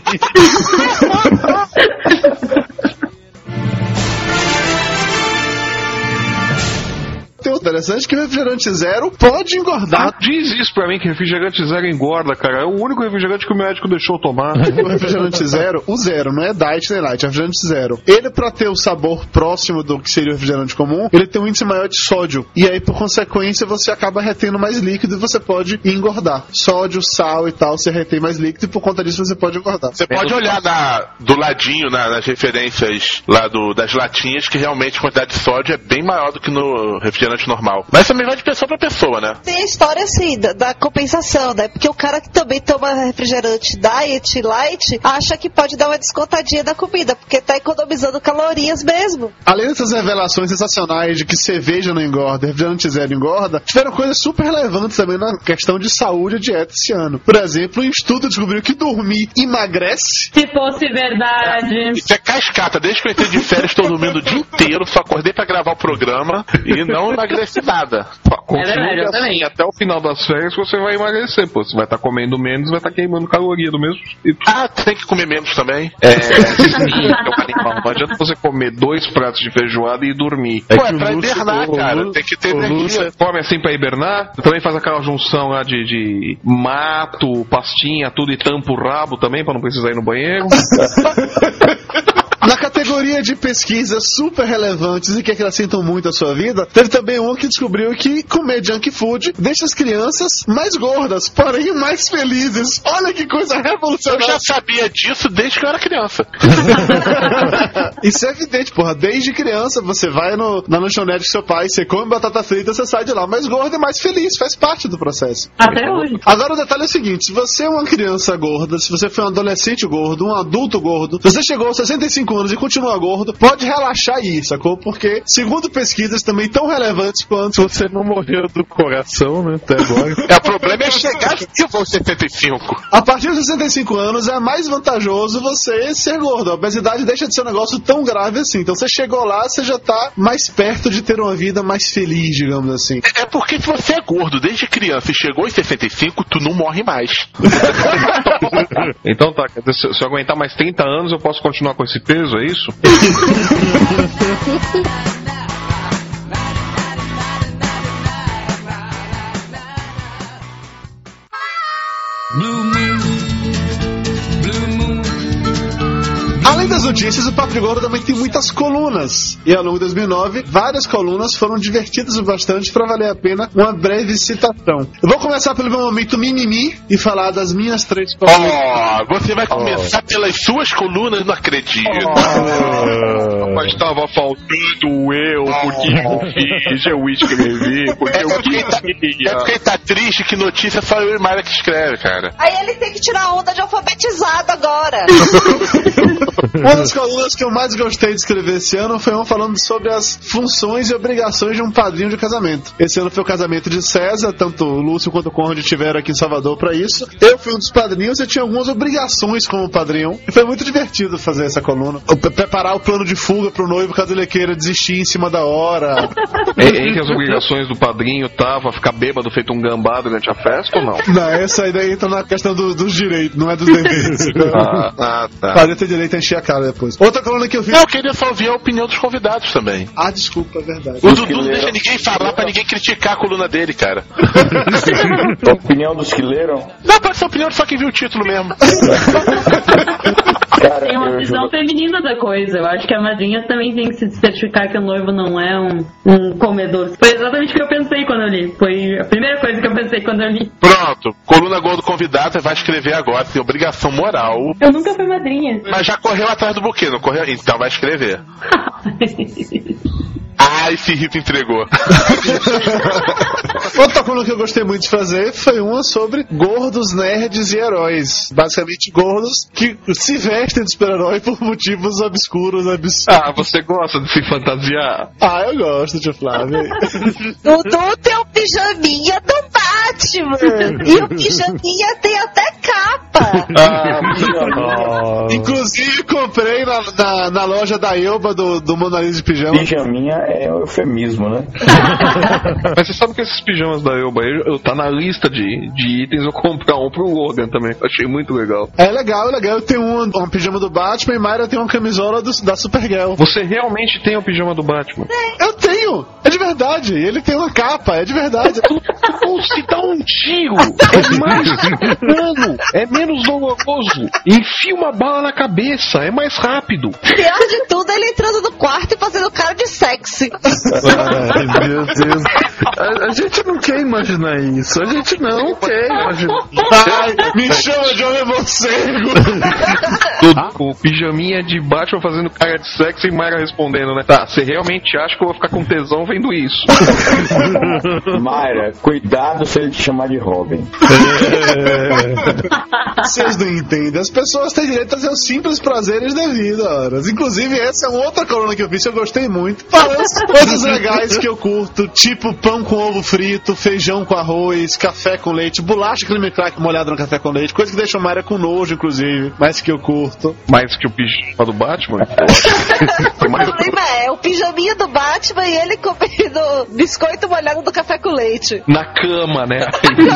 Interessante que o refrigerante zero pode engordar. Diz isso pra mim que refrigerante zero engorda, cara. É o único refrigerante que o médico deixou tomar. O refrigerante zero, o zero, não é diet nem light, é refrigerante zero. Ele, pra ter o sabor próximo do que seria o refrigerante comum, ele tem um índice maior de sódio. E aí, por consequência, você acaba retendo mais líquido e você pode engordar. Sódio, sal e tal, você retém mais líquido e por conta disso você pode engordar. Você pode olhar do ladinho, nas referências lá das latinhas, que realmente a quantidade de sódio é bem maior do que no refrigerante normal. Mas também vai de pessoa pra pessoa, né? Tem a história assim, da compensação, né? Porque o cara que também toma refrigerante diet, light, acha que pode dar uma descontadinha da comida, porque tá economizando calorias mesmo. Além dessas revelações sensacionais de que cerveja não engorda, refrigerante zero engorda, tiveram coisas super relevantes também na questão de saúde e dieta esse ano. Por exemplo, um estudo descobriu que dormir emagrece. Se fosse verdade. Isso é cascata. Desde que eu entrei de férias, estou dormindo o dia inteiro, só acordei pra gravar o programa e não emagreci nada. É verdade, eu também. Até o final das férias você vai emagrecer, pô. Você vai estar comendo menos, vai estar queimando caloria do mesmo jeito. Ah, tem que comer menos também? Não adianta você comer 2 pratos de feijoada e dormir. Pô, é pra hibernar, cara. Tem que ter energia. Come assim pra hibernar. Também faz aquela junção lá de mato, pastinha, tudo e tampa o rabo também, pra não precisar ir no banheiro. Na categoria de pesquisas super relevantes e que acrescentam muito à sua vida, teve também um que descobriu que comer junk food deixa as crianças mais gordas, porém mais felizes. Olha que coisa revolucionária. Eu já sabia disso desde que eu era criança. Isso é evidente, porra. Desde criança você vai na lanchonete com seu pai, você come batata frita, você sai de lá mais gordo e mais feliz. Faz parte do processo. Até hoje. Agora o detalhe é o seguinte, se você é uma criança gorda, se você foi um adolescente gordo, um adulto gordo, se você chegou aos 65 anos e continua gordo, pode relaxar aí, sacou? Porque, segundo pesquisas também tão relevantes quanto... Você não morreu do coração, né, até agora. O problema é chegar vivo aos 75. A partir dos 65 anos é mais vantajoso você ser gordo. A obesidade deixa de ser um negócio tão grave assim. Então você chegou lá, você já tá mais perto de ter uma vida mais feliz, digamos assim. É porque se você é gordo desde criança e chegou aos 65, tu não morre mais. Então tá, se eu aguentar mais 30 anos eu posso continuar com esse peso, é isso? Além Além das notícias, o Papo de Gordo também tem muitas colunas. E ao longo de 2009, várias colunas foram divertidas o bastante para valer a pena uma breve citação. Eu vou começar pelo meu momento mimimi e falar das minhas 3 colunas. Você vai começar pelas suas colunas, não acredito. Mas estava faltando eu, porque eu fiz, eu escrevi, porque eu queria. É porque ele tá triste que notícia só eu e Mayra que escreve, cara. Aí ele tem que tirar a onda de alfabetizado agora. Uma das colunas que eu mais gostei de escrever esse ano foi uma falando sobre as funções e obrigações de um padrinho de casamento. Esse ano foi o casamento de César, tanto o Lúcio quanto o Conrad estiveram aqui em Salvador pra isso. Eu fui um dos padrinhos e tinha algumas obrigações como padrinho. E foi muito divertido fazer essa coluna. Preparar o plano de fuga pro noivo caso ele queira desistir em cima da hora. Entre as obrigações do padrinho tava ficar bêbado feito um gambá durante a festa ou não? Não, essa aí daí entra na questão dos direitos, não é dos deveres. Tá. Padrinho tem direito a encher a cara depois. Outra coluna que eu fiz. Eu queria só ouvir a opinião dos convidados também. Desculpa, é verdade. O Dudu não deixa ninguém falar pra ninguém criticar a coluna dele, cara. A opinião dos que leram? Não, pode ser a opinião de só quem viu o título mesmo. Cara, tem uma visão feminina da coisa. Eu acho que a madrinha também tem que se certificar que o noivo não é um comedor. Foi exatamente o que eu pensei quando eu li. Foi a primeira coisa que eu pensei quando eu li. Pronto, coluna Gordo convidado, vai escrever agora, tem obrigação moral. Eu nunca fui madrinha. Mas já correu atrás do buquê, não correu? Então vai escrever. Esse Rito entregou. Outra coluna que eu gostei muito de fazer foi uma sobre gordos, nerds e heróis. Basicamente, gordos que se vestem de super-herói por motivos obscuros, Você gosta de se fantasiar? Eu gosto, tio Flávio. Dudu tem o pijaminha do Batman. E o pijaminha tem até capa. Inclusive, comprei na loja da Elba do Mona Lisa de pijama. Pijaminha é um eufemismo, né? Mas você sabe que esses pijamas da Elba aí, tá na lista de itens, eu comprar um pro Logan também. Achei muito legal. É legal. Eu tenho um pijama do Batman e Mayra tem uma camisola da Supergirl. Você realmente tem o pijama do Batman? Eu tenho! É de verdade. Ele tem uma capa, é de verdade. Se dá um tiro, é mais humano, é menos doloroso. Enfia uma bala na cabeça, é mais rápido. Pior de tudo, ele entrando no quarto e fazendo cara de sexy. Ai, meu Deus. A gente não quer imaginar isso. A gente não quer imaginar. Me chama de homem morcego. O pijaminha de Batman fazendo cara de sexo e Mayra respondendo, né? Tá, você realmente acha que eu vou ficar com tesão vendo isso? Mayra, cuidado se ele te chamar de Robin. Vocês não entendem. As pessoas têm direito a ter os simples prazeres da vida, horas. Inclusive, essa é uma outra coluna que eu fiz que eu gostei muito. Falando coisas legais que eu curto, tipo pão com ovo frito, feijão com arroz, café com leite, bolacha creme crack molhada no café com leite, coisa que deixa a Mayra com nojo, inclusive, mas que eu curto. Mais que o pijama do Batman? O problema é o pijaminha do Batman e ele comendo biscoito molhado do café com leite. Na cama, né?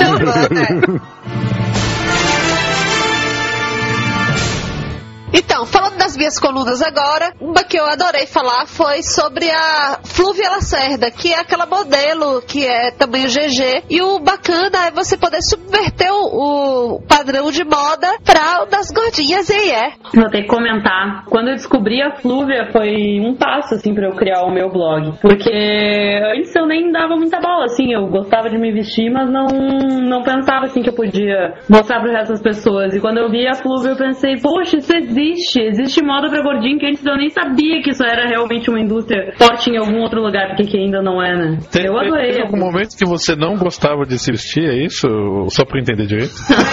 Então, falando das minhas colunas agora, uma que eu adorei falar foi sobre a Flúvia Lacerda, que é aquela modelo que é tamanho GG, e o bacana é você poder subverter o padrão de moda pra o das gordinhas Vou ter que comentar. Quando eu descobri a Flúvia foi um passo, assim, pra eu criar o meu blog, porque antes eu nem dava muita bola, assim, eu gostava de me vestir, mas não pensava, assim, que eu podia mostrar pro resto das pessoas, e quando eu vi a Flúvia eu pensei, poxa, isso existe moda pra gordinho, que antes eu nem sabia que isso era realmente uma indústria forte em algum outro lugar, porque que ainda não é, né? Eu adorei. Tem algum momento que você não gostava de se vestir, é isso? Só pra entender direito?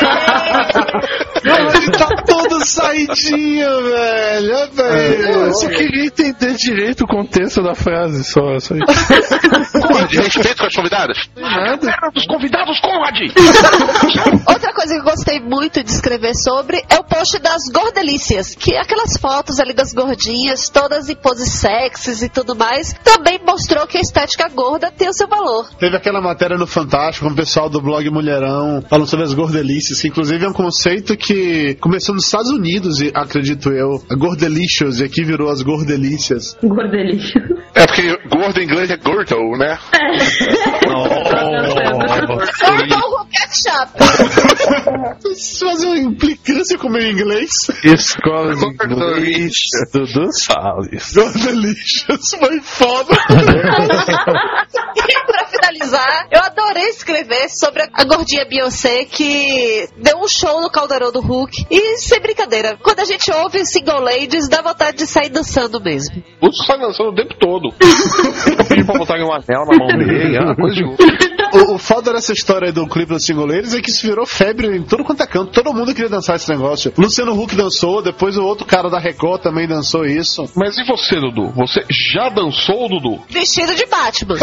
Ele tá todo saidinho, velho. Eu só queria entender direito o contexto da frase, só isso. De respeito com as convidadas? Nada. Os convidados, Conrad! Outra coisa que eu gostei muito de escrever sobre é o post das gordelícias, que é aquelas fotos ali das gordinhas, todas em poses sexys e tudo mais, também mostrou que a estética gorda tem o seu valor. Teve aquela matéria no Fantástico com o pessoal do blog Mulherão falando sobre as gordelícias, que inclusive é um conceito que começou nos Estados Unidos, acredito eu, a Gordelicious, e aqui virou as gordelícias. Gordelicious. É porque gordo em inglês é girdle, né? Ou o ketchup. Vocês fazem uma implicância com o meu inglês? Escola de inglês Dudu Salles. Delicious, foi foda. E pra finalizar, eu adorei escrever sobre a gordinha Beyoncé que deu um show no Caldeirão do Hulk. E sem brincadeira, quando a gente ouve Single Ladies, dá vontade de sair dançando mesmo. O Lúcio sai dançando o tempo todo. Eu pedi pra botar um anel na mão dele, é uma coisa de louco. O foda dessa história aí do clipe dos Single Ladies é que isso virou febre em tudo quanto é canto. Todo mundo queria dançar esse negócio. Luciano Huck dançou, depois o outro cara da Record também dançou isso. Mas e você, Dudu? Você já dançou, Dudu? Vestido de Batman.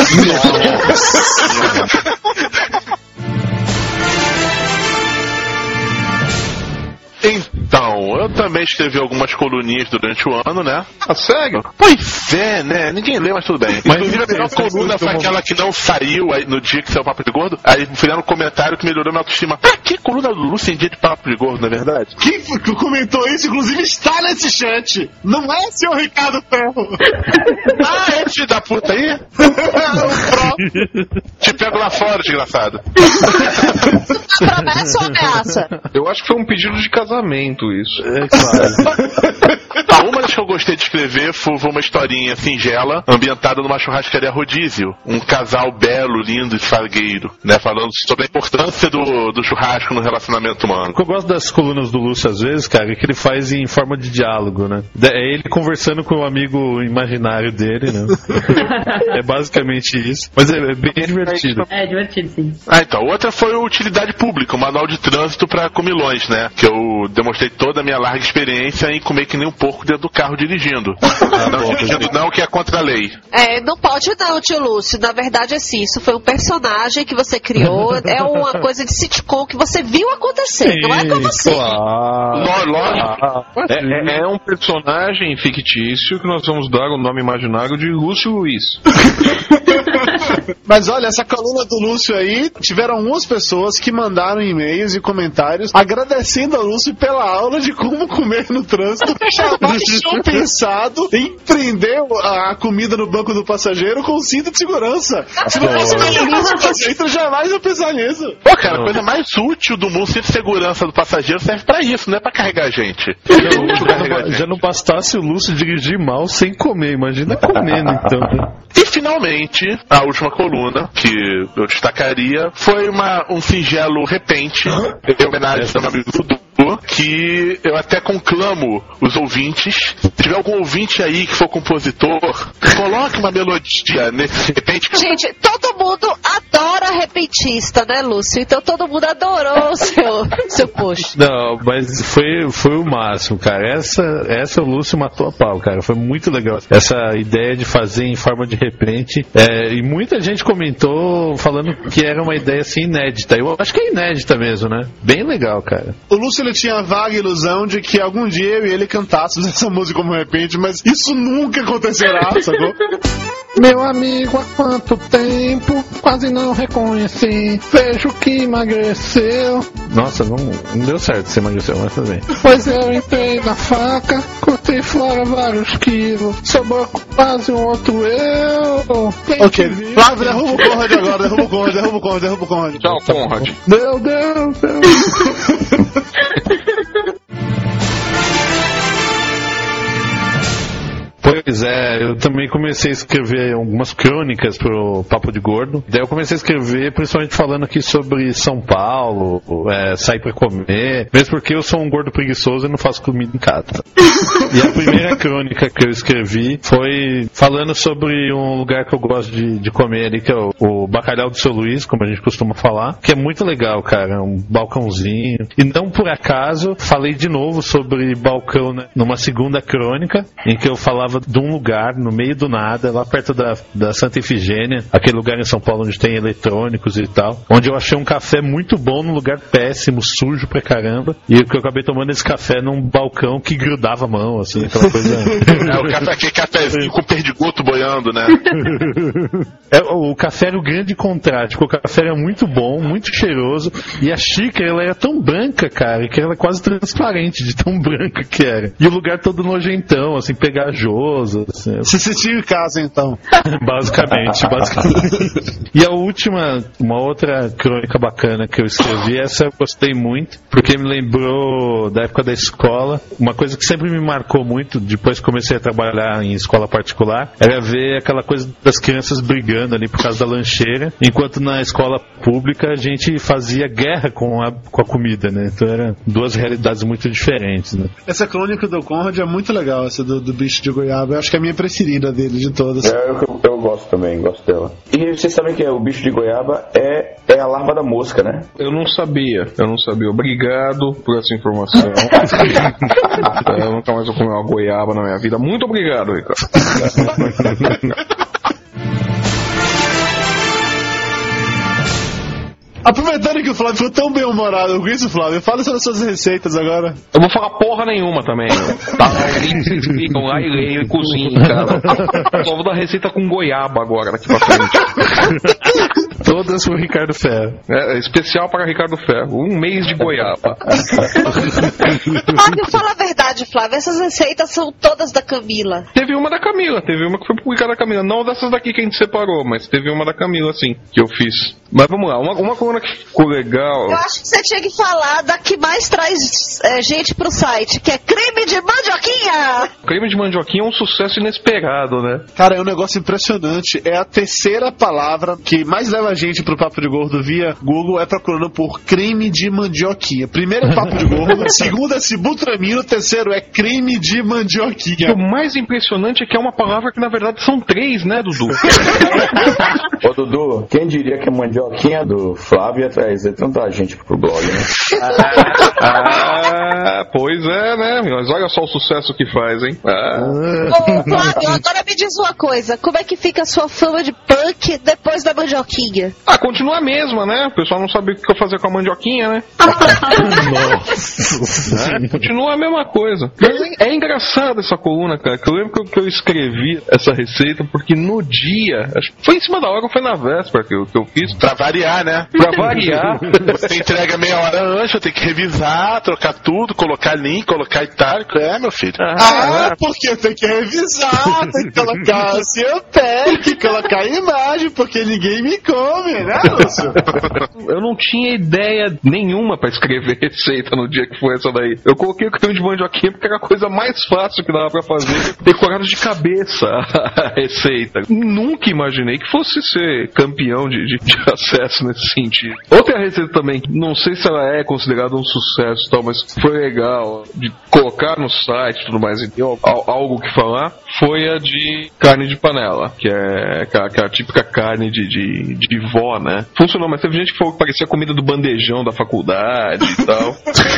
Então, eu também escrevi algumas coluninhas durante o ano, né? Ah, sério? Pois é, né? Ninguém lê, mas tudo bem. Inclusive, a melhor coluna foi aquela que não saiu aí no dia que saiu o Papo de Gordo. Aí fizeram um comentário que melhorou minha autoestima. Pra que coluna do Lúcio em dia de Papo de Gordo, na verdade? Quem comentou isso, inclusive, está nesse chat. Não é seu Ricardo Ferro. Ah, é filho da puta aí? Te pego lá fora, desgraçado. Promessa ou ameaça? Eu acho que foi um pedido de casamento isso. É claro. Uma das que eu gostei de escrever foi uma historinha singela, ambientada numa churrascaria rodízio. Um casal belo, lindo e fargueiro, né? Falando sobre a importância do churrasco no relacionamento humano. O que eu gosto das colunas do Lúcio, às vezes, cara, é que ele faz em forma de diálogo, né? É ele conversando com o amigo imaginário dele, né? É basicamente isso. Mas é bem divertido. É divertido, sim. Então, outra foi o Utilidade Pública, o manual de trânsito para comilões, né? Que eu demonstrei toda a minha larga experiência em comer que nem um porco dentro do carro dirigindo. Não, que é contra a lei. Não pode não, tio Lúcio. Na verdade, assim, isso foi um personagem que você criou. É uma coisa de sitcom que você viu acontecer. Sim, não é com você. Lógico. É um personagem fictício que nós vamos dar o nome imaginário de Lúcio Luiz. Mas olha, essa coluna do Lúcio aí, tiveram algumas pessoas que mandaram e-mails e comentários agradecendo a Lúcio pela aula de como comer no trânsito. Jamais tinham pensado em prender a comida no banco do passageiro com cinto de segurança. Se não fosse no passageiro, jamais eu pensar nisso. Pô, cara, a coisa mais útil do mundo, cinto de segurança do passageiro serve pra isso, não é pra carregar a gente. Já não bastasse o Lúcio dirigir mal sem comer, imagina comendo então. E finalmente, a última coluna que eu destacaria foi um singelo repente, em homenagem ao meu amigo Dudu, que eu até conclamo os ouvintes. Se tiver algum ouvinte aí que for compositor, coloque uma melodia nesse repente. Gente, todo mundo adora repentista, né, Lúcio? Então todo mundo adorou o seu post. Não, mas foi o máximo, cara. Essa o Lúcio matou a pau, cara. Foi muito legal. Essa ideia de fazer em forma de repente. E muita gente comentou falando que era uma ideia assim inédita. Eu acho que é inédita mesmo, né? Bem legal, cara. O Lúcio, ele tinha a vaga ilusão de que algum dia eu e ele cantássemos essa música como repente, mas isso nunca acontecerá, sacou? Meu amigo, há quanto tempo quase não reconheci. Vejo que emagreceu. Nossa, não deu certo se emagreceu, mas tudo bem. Pois eu entrei na faca, cortei fora vários quilos. Sobrou quase um outro eu. Ok, Flávio, derruba o Conrad agora, derruba o Conrad. Tchau, Conrad. Meu Deus. Pois é, eu também comecei a escrever algumas crônicas pro Papo de Gordo. Daí eu comecei a escrever principalmente falando aqui sobre São Paulo, sair pra comer, mesmo porque eu sou um gordo preguiçoso e não faço comida em casa. E a primeira crônica que eu escrevi foi falando sobre um lugar que eu gosto de comer ali, que é o Bacalhau do Seu Luiz, como a gente costuma falar, que é muito legal, cara, um balcãozinho. E não por acaso, falei de novo sobre balcão, né, numa segunda crônica, em que eu falava de um lugar no meio do nada, lá perto da Santa Efigênia, aquele lugar em São Paulo onde tem eletrônicos e tal, onde eu achei um café muito bom num lugar péssimo, sujo pra caramba, e que eu acabei tomando esse café num balcão que grudava a mão, assim, aquela coisa. Aquele cafezinho com perdigoto boiando, né? O café era o grande contraste, porque o café era muito bom, muito cheiroso, e a xícara ela era tão branca, cara, que ela era quase transparente de tão branca que era. E o lugar todo nojentão, assim, pegajoso, gostoso. Assim. Se sentiu em casa, então. Basicamente. E a última, uma outra crônica bacana que eu escrevi, essa eu gostei muito, porque me lembrou da época da escola. Uma coisa que sempre me marcou muito, depois que comecei a trabalhar em escola particular, era ver aquela coisa das crianças brigando ali por causa da lancheira, enquanto na escola pública a gente fazia guerra com a comida, né? Então eram duas realidades muito diferentes, né? Essa crônica do Conrad é muito legal, essa do bicho de goiaba. Eu acho que é a minha preferida dele de todas. Eu gosto também, gosto dela. E vocês sabem que o bicho de goiaba é a larva da mosca, né? Eu não sabia. Obrigado por essa informação. Eu nunca mais vou comer uma goiaba na minha vida. Muito obrigado, Ricardo. Aproveitando que o Flávio foi tão bem-humorado com isso, Flávio, fala sobre as suas receitas agora. Eu vou falar porra nenhuma também. Tá? Eles ficam lá e leem e cozinham, cara. Só vou dar receita com goiaba agora, daqui pra frente. Todas pro Ricardo Ferro. Especial para Ricardo Ferro. 1 mês de goiaba. Flávio, fala a verdade, Flávio. Essas receitas são todas da Camila. Teve uma da Camila, teve uma que foi publicada da Camila. Não dessas daqui que a gente separou, mas teve uma da Camila, sim, que eu fiz. Mas vamos lá, uma coluna que ficou legal. Eu acho que você tinha que falar da que mais traz gente pro site, que é creme de mandioquinha. Creme de mandioquinha é um sucesso inesperado, né? Cara, é um negócio impressionante. É a terceira palavra que mais leva a gente pro Papo de Gordo via Google, é procurando por creme de mandioquinha. Primeiro é Papo de Gordo, segundo é Sibutramino, terceiro é creme de mandioquinha. O mais impressionante é que é uma palavra que na verdade são 3, né, Dudu? Ô, Dudu, quem diria que a mandioquinha do Flávio ia trazer tanta gente pro blog, né? Pois é, né? Mas olha só o sucesso que faz, hein? Ô, Flávio, agora me diz uma coisa. Como é que fica a sua fama de punk depois da mandioquinha? Continua a mesma, né? O pessoal não sabe o que eu fazer com a mandioquinha, né? Nossa. Continua a mesma coisa. Mas é engraçado essa coluna, cara. Que eu lembro que eu escrevi essa receita porque no dia, acho que foi em cima da hora ou foi na véspera que eu fiz. Pra variar, né? Pra variar. Você entrega meia hora antes, eu tenho que revisar, trocar tudo, colocar link, colocar itálico. Meu filho. Porque eu tenho que revisar, tem que colocar seu pé, tem que colocar imagem, porque ninguém me come, né, Lúcio? Eu não tinha ideia nenhuma pra escrever receita no dia que foi essa daí. Eu coloquei o creme de mandioquinha porque era a coisa mais fácil que dava pra fazer, decorado de cabeça a receita. Nunca imaginei que fosse ser campeão de acesso nesse sentido. Outra receita também, não sei se ela é considerada um sucesso e tal, mas foi legal de colocar no site e tudo mais, e deu algo que falar, foi a de carne de panela, que é a típica carne de vó, né? Funcionou, mas teve gente que falou que parecia comida do bandejão da faculdade e tal.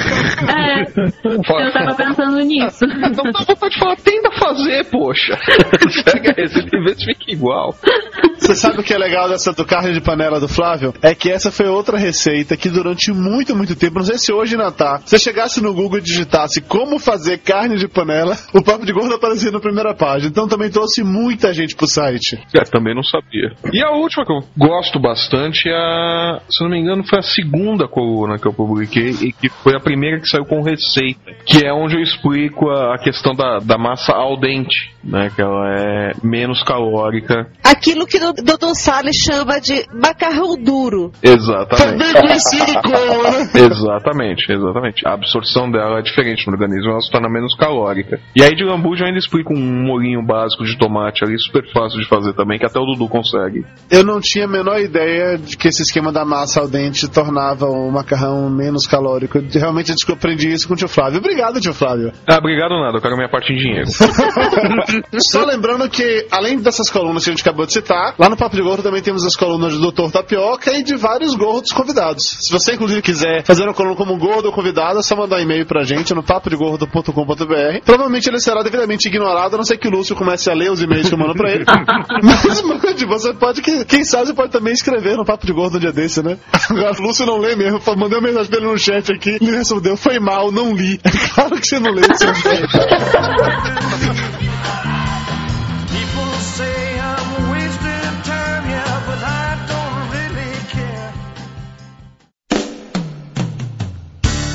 Eu tava pensando nisso. Então dá vontade de falar, tenta fazer, poxa. Segue a receita e vê se fica igual. Você sabe o que é legal dessa do carne de panela do Flávio? É que essa foi outra receita que durante muito, muito tempo, não sei se hoje ainda tá, se você chegasse no Google e digitasse como fazer carne de panela, o Papo de Gordo aparecia na primeira página. Então também trouxe muita gente pro site. Também não sabia. E a última que eu gosto bastante se não me engano, foi a segunda coluna que eu publiquei e que foi a primeira que saiu com receita, que é onde eu explico a questão da massa al dente, né? Que ela é menos calórica. Aquilo que o Dr. Salles chama de macarrão duro. Exatamente. Também conhecido como, né? Exatamente. A absorção dela é diferente no organismo, ela se torna menos calórica. E aí de lambuja eu ainda explico um molhinho básico de tomate ali, super fácil de fazer também, que até o Dudu consegue. Eu não tinha a menor ideia de que esse esquema da massa al dente tornava o macarrão menos calórico. Realmente eu aprendi isso com o tio Flávio. Obrigado, tio Flávio. Obrigado nada, eu quero minha parte em dinheiro. Só lembrando que, além dessas colunas que a gente acabou de citar, lá no Papo de Gordo também temos as colunas do Dr. Tapioca e de vários gordos convidados. Se você, inclusive, quiser fazer uma coluna como gordo ou convidado, é só mandar um e-mail pra gente no papodegordo.com.br. Provavelmente ele será devidamente ignorado, a não ser que o Lúcio comece a ler os e-mails que eu mando pra ele. Mas, mande, você pode, quem sabe, você pode também escrever no Papo de Gordo um dia desse, né? Agora, o Lúcio não lê mesmo. Mandei uma mensagem pra ele no chat aqui, ele respondeu, foi mal, não li. É claro que você não lê, seu gente.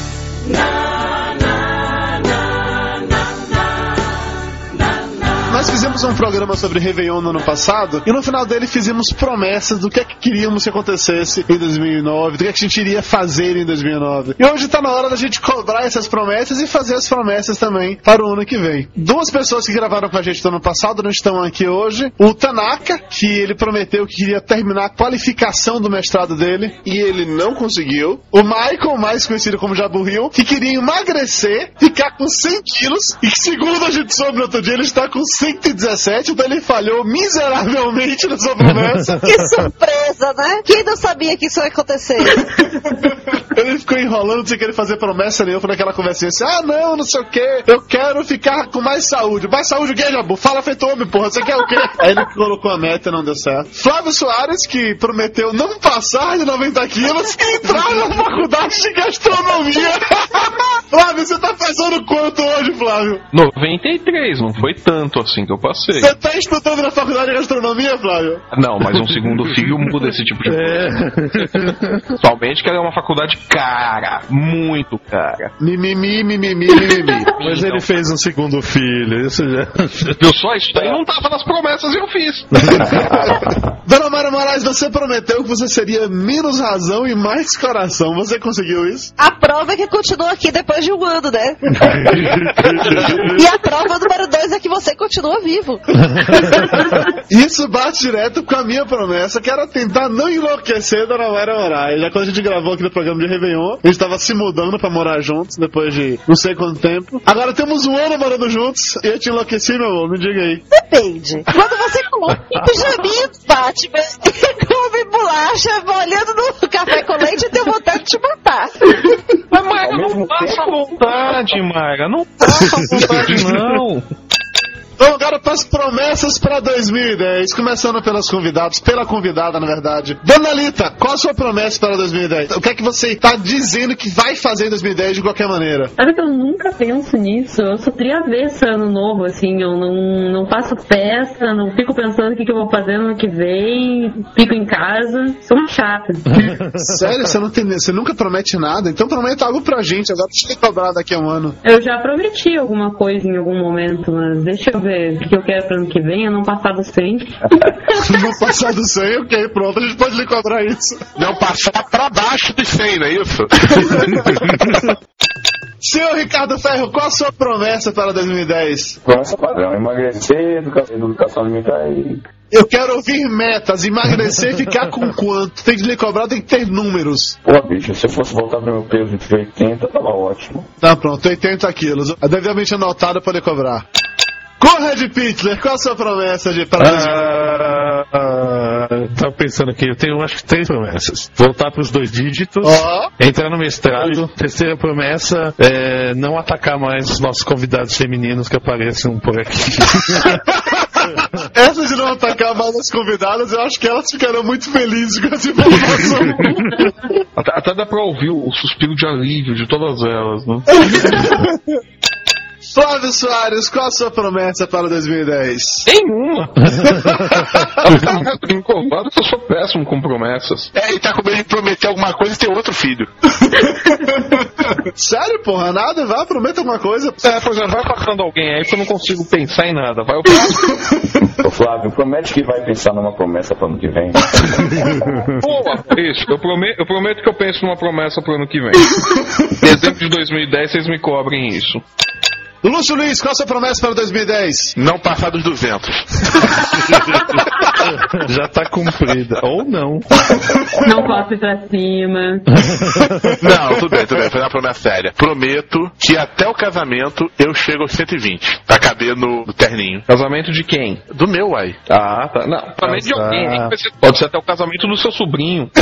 Nós fizemos um programa sobre Réveillon no ano passado e no final dele fizemos promessas do que é que queríamos que acontecesse em 2009, do que é que a gente iria fazer em 2009. E hoje tá na hora da gente cobrar essas promessas e fazer as promessas também para o ano que vem. Duas pessoas que gravaram com a gente no ano passado não estão aqui hoje. O Tanaka, que ele prometeu que queria terminar a qualificação do mestrado dele e ele não conseguiu. O Michael, mais conhecido como Jaburril, que queria emagrecer, ficar com 100 quilos e que, segundo a gente soube no outro dia, ele está com 117, então ele falhou miseravelmente na sua promessa. Que surpresa, né? Quem não sabia que isso ia acontecer? Ele ficou enrolando sem querer fazer promessa nenhuma naquela conversinha assim, não sei o que, eu quero ficar com mais saúde. Mais saúde o quê, Jabu? Fala feito homem, porra, você quer o quê? Aí ele colocou a meta e não deu certo. Flávio Soares, que prometeu não passar de 90 quilos e entrar na faculdade de gastronomia. Flávio, você tá pensando quanto hoje, Flávio? 93, não foi tanto assim que eu passei. Você tá estudando na faculdade de gastronomia, Flávio? Não, mas um segundo filho muda esse tipo de coisa. Somente que ela é uma faculdade cara, muito cara. Mimimi. Mas ele fez um segundo filho, isso já... Viu só? Isso daí não tava nas promessas e eu fiz. Dona Mara Moraes, você prometeu que você seria menos razão e mais coração. Você conseguiu isso? A prova é que continua aqui depois de um ano, né? E a prova número 2 é que você continua vivo. Isso bate direto com a minha promessa, que era tentar não enlouquecer Dona Mara Moraes. Já quando a gente gravou aqui no programa de Réveillon, a gente tava se mudando pra morar juntos, depois de não sei quanto tempo. Agora temos um ano morando juntos e eu te enlouqueci, meu amor, me diga aí. Depende. Quando você coloca pijaminha do Batman e come bolacha molhando no café com leite, eu tenho vontade de te matar. Mas, Maga, não passa vontade, Maga. Não passa vontade, não. Vamos agora para as promessas para 2010, começando pelas convidadas, pela convidada, na verdade. Dona Lita, qual a sua promessa para 2010? O que é que você está dizendo que vai fazer em 2010 de qualquer maneira? Sabe que eu nunca penso nisso, eu sou triavessa ano novo, assim, eu não faço festa, não fico pensando o que eu vou fazer no ano que vem, fico em casa, sou uma chata. Sério? Você nunca promete nada? Então prometa algo pra gente, agora deixa eu cobrar daqui a um ano. Eu já prometi alguma coisa em algum momento, mas deixa eu ver o que eu quero pro ano que vem, é não passar do 100. Não passar do 100, ok, pronto, a gente pode lhe cobrar isso. Não passar pra baixo do 100, não é isso? Senhor Ricardo Ferro, qual a sua promessa para 2010? Promessa padrão, emagrecer, educação alimentar e... Eu quero ouvir metas, emagrecer e ficar com quanto? Tem que lhe cobrar, tem que ter números. Pô, bicho, se eu fosse voltar pro meu peso de 80, tava ótimo. Tá pronto, 80 quilos. Devidamente anotado para lhe cobrar. Conrad Pittler, qual a sua promessa de para tava pensando aqui, eu tenho acho que 3 promessas. Voltar pros 2 dígitos, entrar no mestrado. Terceira promessa é não atacar mais os nossos convidados femininos que apareçam por aqui. Essa de não atacar mais as convidadas, eu acho que elas ficarão muito felizes com essa informação. Até dá pra ouvir o suspiro de alívio de todas elas, né? Flávio Soares, qual a sua promessa para 2010? Nenhuma. Eu concordo que eu sou péssimo com promessas. Ele tá com medo de prometer alguma coisa e ter outro filho. Sério, porra? Nada? Vai, prometa alguma coisa. Por exemplo, vai passando alguém aí que eu não consigo pensar em nada. Vai o próximo. Ô Flávio, promete que vai pensar numa promessa pro ano que vem. Boa, isso. Eu prometo que eu penso numa promessa pro ano que vem. Dezembro de 2010, vocês me cobrem isso. Lúcio Luiz, qual a sua promessa para 2010? Não passar dos 200. Já tá cumprida. Ou não. Não posso ir pra cima. Não, tudo bem. Foi uma promessa séria. Prometo que até o casamento eu chego aos 120. Pra caber no terninho. Casamento de quem? Do meu, uai. Ah, tá. Não, casamento de alguém. Pode ser até o casamento do seu sobrinho.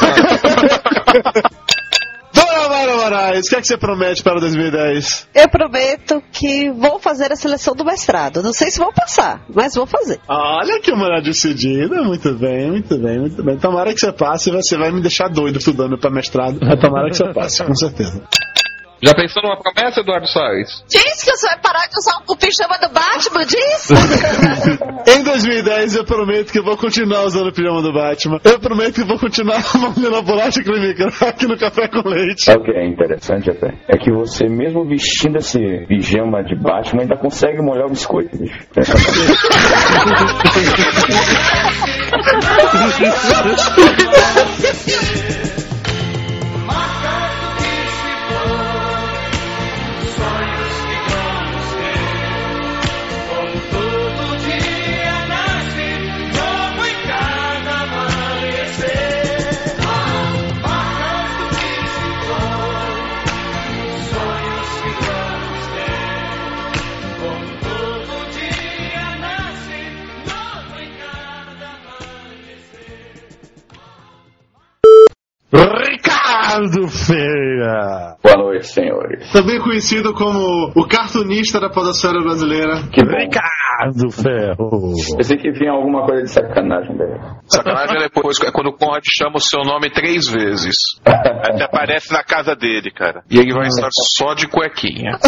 Dona Mara Moraes, o que é que você promete para 2010? Eu prometo que vou fazer a seleção do mestrado. Não sei se vou passar, mas vou fazer. Olha que mulher decidida. Muito bem. Tomara que você passe, você vai me deixar doido estudando para mestrado. Tomara que você passe, com certeza. Já pensou numa promessa, Eduardo Salles? Diz que você vai parar de usar o pijama do Batman, diz? Em 2010 eu prometo que eu vou continuar usando o pijama do Batman. Eu prometo que vou continuar mordendo a bolacha creme crack no café com leite. Sabe o que é interessante até? É que você mesmo vestindo esse pijama de Batman ainda consegue molhar o biscoito, bicho. Ricardo Feira! Boa noite, senhores. Também conhecido como o cartunista da podosfera brasileira. Ricardo Ferro! Pensei que vinha alguma coisa de sacanagem dele. Sacanagem é depois, é quando o Conrad chama o seu nome 3 vezes. Até aparece na casa dele, cara. E ele vai estar só de cuequinha.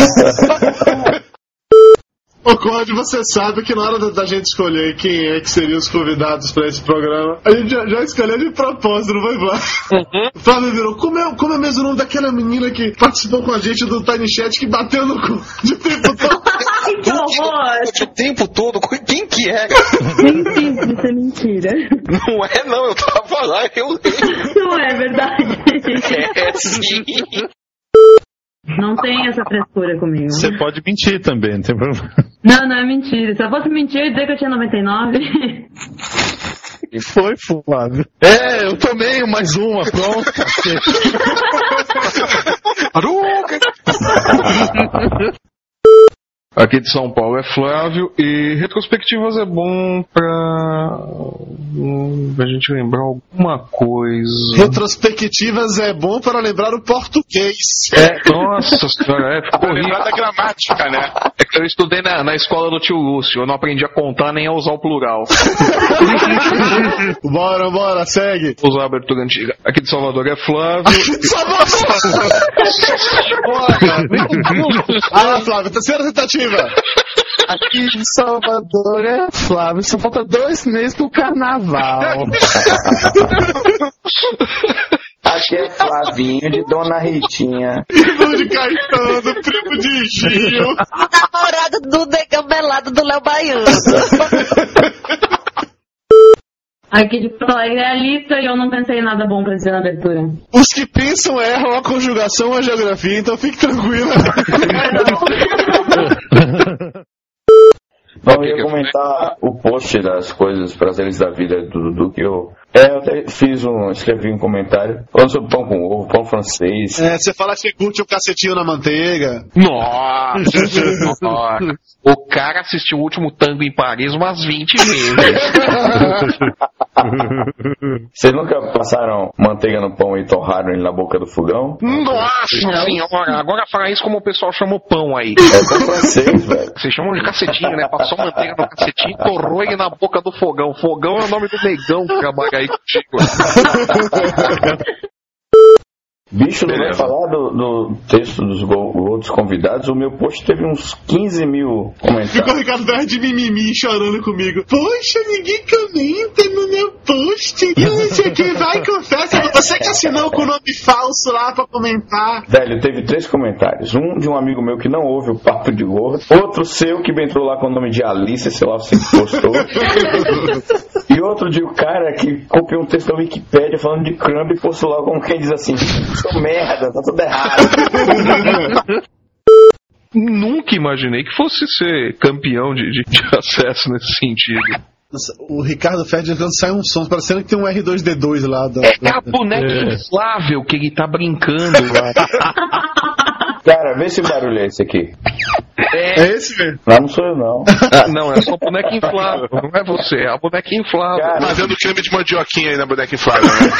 Ô, Conrad, você sabe que na hora da gente escolher quem é que seriam os convidados pra esse programa, a gente já escolheu de propósito, não vai lá. O Flávio virou, como é mesmo o nome daquela menina que participou com a gente do Tiny Chat que bateu no cu de tempo todo? Que horror! O tempo todo? Quem que é? Mentira, isso é mentira. Não é não, eu tava lá, eu... Não é verdade. É sim. Não tem essa frescura comigo. Você pode mentir também, não tem problema. Não é mentira. Se eu fosse mentir, eu ia dizer que eu tinha 99. E foi, Flávio. É, eu tomei mais uma, pronto. Aqui de São Paulo é Flávio e retrospectivas é bom pra gente lembrar alguma coisa. Retrospectivas é bom para lembrar o português. Nossa senhora, Pra lembrar da gramática, né? É que eu estudei na escola do tio Lúcio, eu não aprendi a contar nem a usar o plural. Bora, segue. Usar a abertura antiga. Aqui de Salvador é Flávio. Ah, Flávio, terceira tentativa. Aqui em Salvador é Flávio, só falta 2 meses pro carnaval. Aqui é Flavinho de Dona Ritinha. Irmão de Caetano, primo de Gil. Namorado do negão melado do Léo Baiano. Aqui de Porto Alegre é a lista e eu não pensei em nada bom pra dizer na abertura. Os que pensam erram a conjugação ou a geografia, então fique tranquila. Bom, eu ia comentar o post das coisas prazeres da vida do Dudu, que eu até escrevi um comentário falando sobre pão com ovo, pão francês. Você fala que curte um cacetinho na manteiga. Nossa! O cara assistiu o último Tango em Paris umas 20 vezes. Vocês nunca passaram manteiga no pão e torraram ele na boca do fogão? Nossa senhora! Agora fala isso como o pessoal chama o pão aí. É pão francês, velho. Vocês chamam de cacetinho, né? Passou manteiga no cacetinho e torrou ele na boca do fogão. Fogão é o nome do negão que trabalha aí contigo. Bicho, não vai falar do texto dos outros convidados. O meu post teve uns 15 mil comentários. Ficou o Ricardo Ferro de mimimi chorando comigo. Poxa, ninguém comenta no meu post. E não sei quem vai e confessa. Você que assinou com o nome falso lá pra comentar. Velho, teve 3 comentários. Um de um amigo meu que não ouve o Papo de Gordo. Outro seu que entrou lá com o nome de Alice, sei lá, você que postou. E outro de um cara que copiou um texto da Wikipédia falando de Crumb e postou lá como quem diz assim: sou merda, tá tudo errado. Nunca imaginei que fosse ser campeão de acesso nesse sentido. Nossa, o Ricardo Ferdi quando sai um som, parecendo que tem um R2D2 lá. É a boneca inflável que ele tá brincando lá. Cara, vê se barulho é esse aqui. É esse mesmo? Não sou eu, não. Não, é só a boneca inflável. Não é você, é a boneca inflável. Cara, fazendo creme de mandioquinha aí na boneca inflável, né?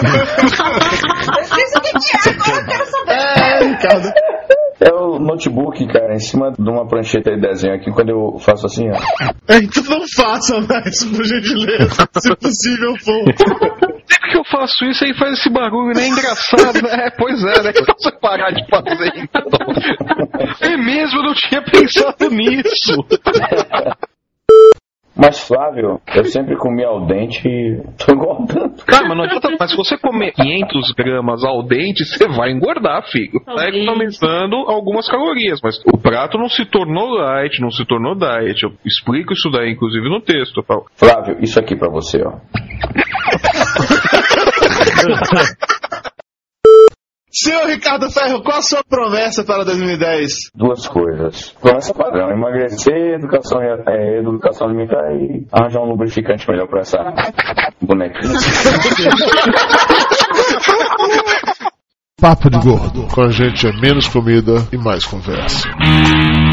Isso que é agora, eu quero saber. Ricardo. É o notebook, cara, em cima de uma prancheta de desenho aqui, quando eu faço assim, ó. Então não faça mais, por gentileza. Se possível for. Sempre que que eu faço isso aí, faz esse barulho, né? É engraçado, né? Pois é, né? Que você parar de fazer, então. É mesmo, eu não tinha pensado nisso. Mas, Flávio, eu sempre comi al dente e tô engordando. Cara, mas não adianta. Mas se você comer 500 gramas al dente, você vai engordar, filho. Tá economizando algumas calorias, mas o prato não se tornou light, não se tornou diet. Eu explico isso daí, inclusive, no texto. Tal. Flávio, isso aqui pra você, ó. Senhor Ricardo Ferro, qual a sua promessa para 2010? 2 coisas. Promessa padrão: emagrecer, educação alimentar e arranjar um lubrificante melhor para essa bonequinha. Papo de Gordo. Com a gente é menos comida e mais conversa.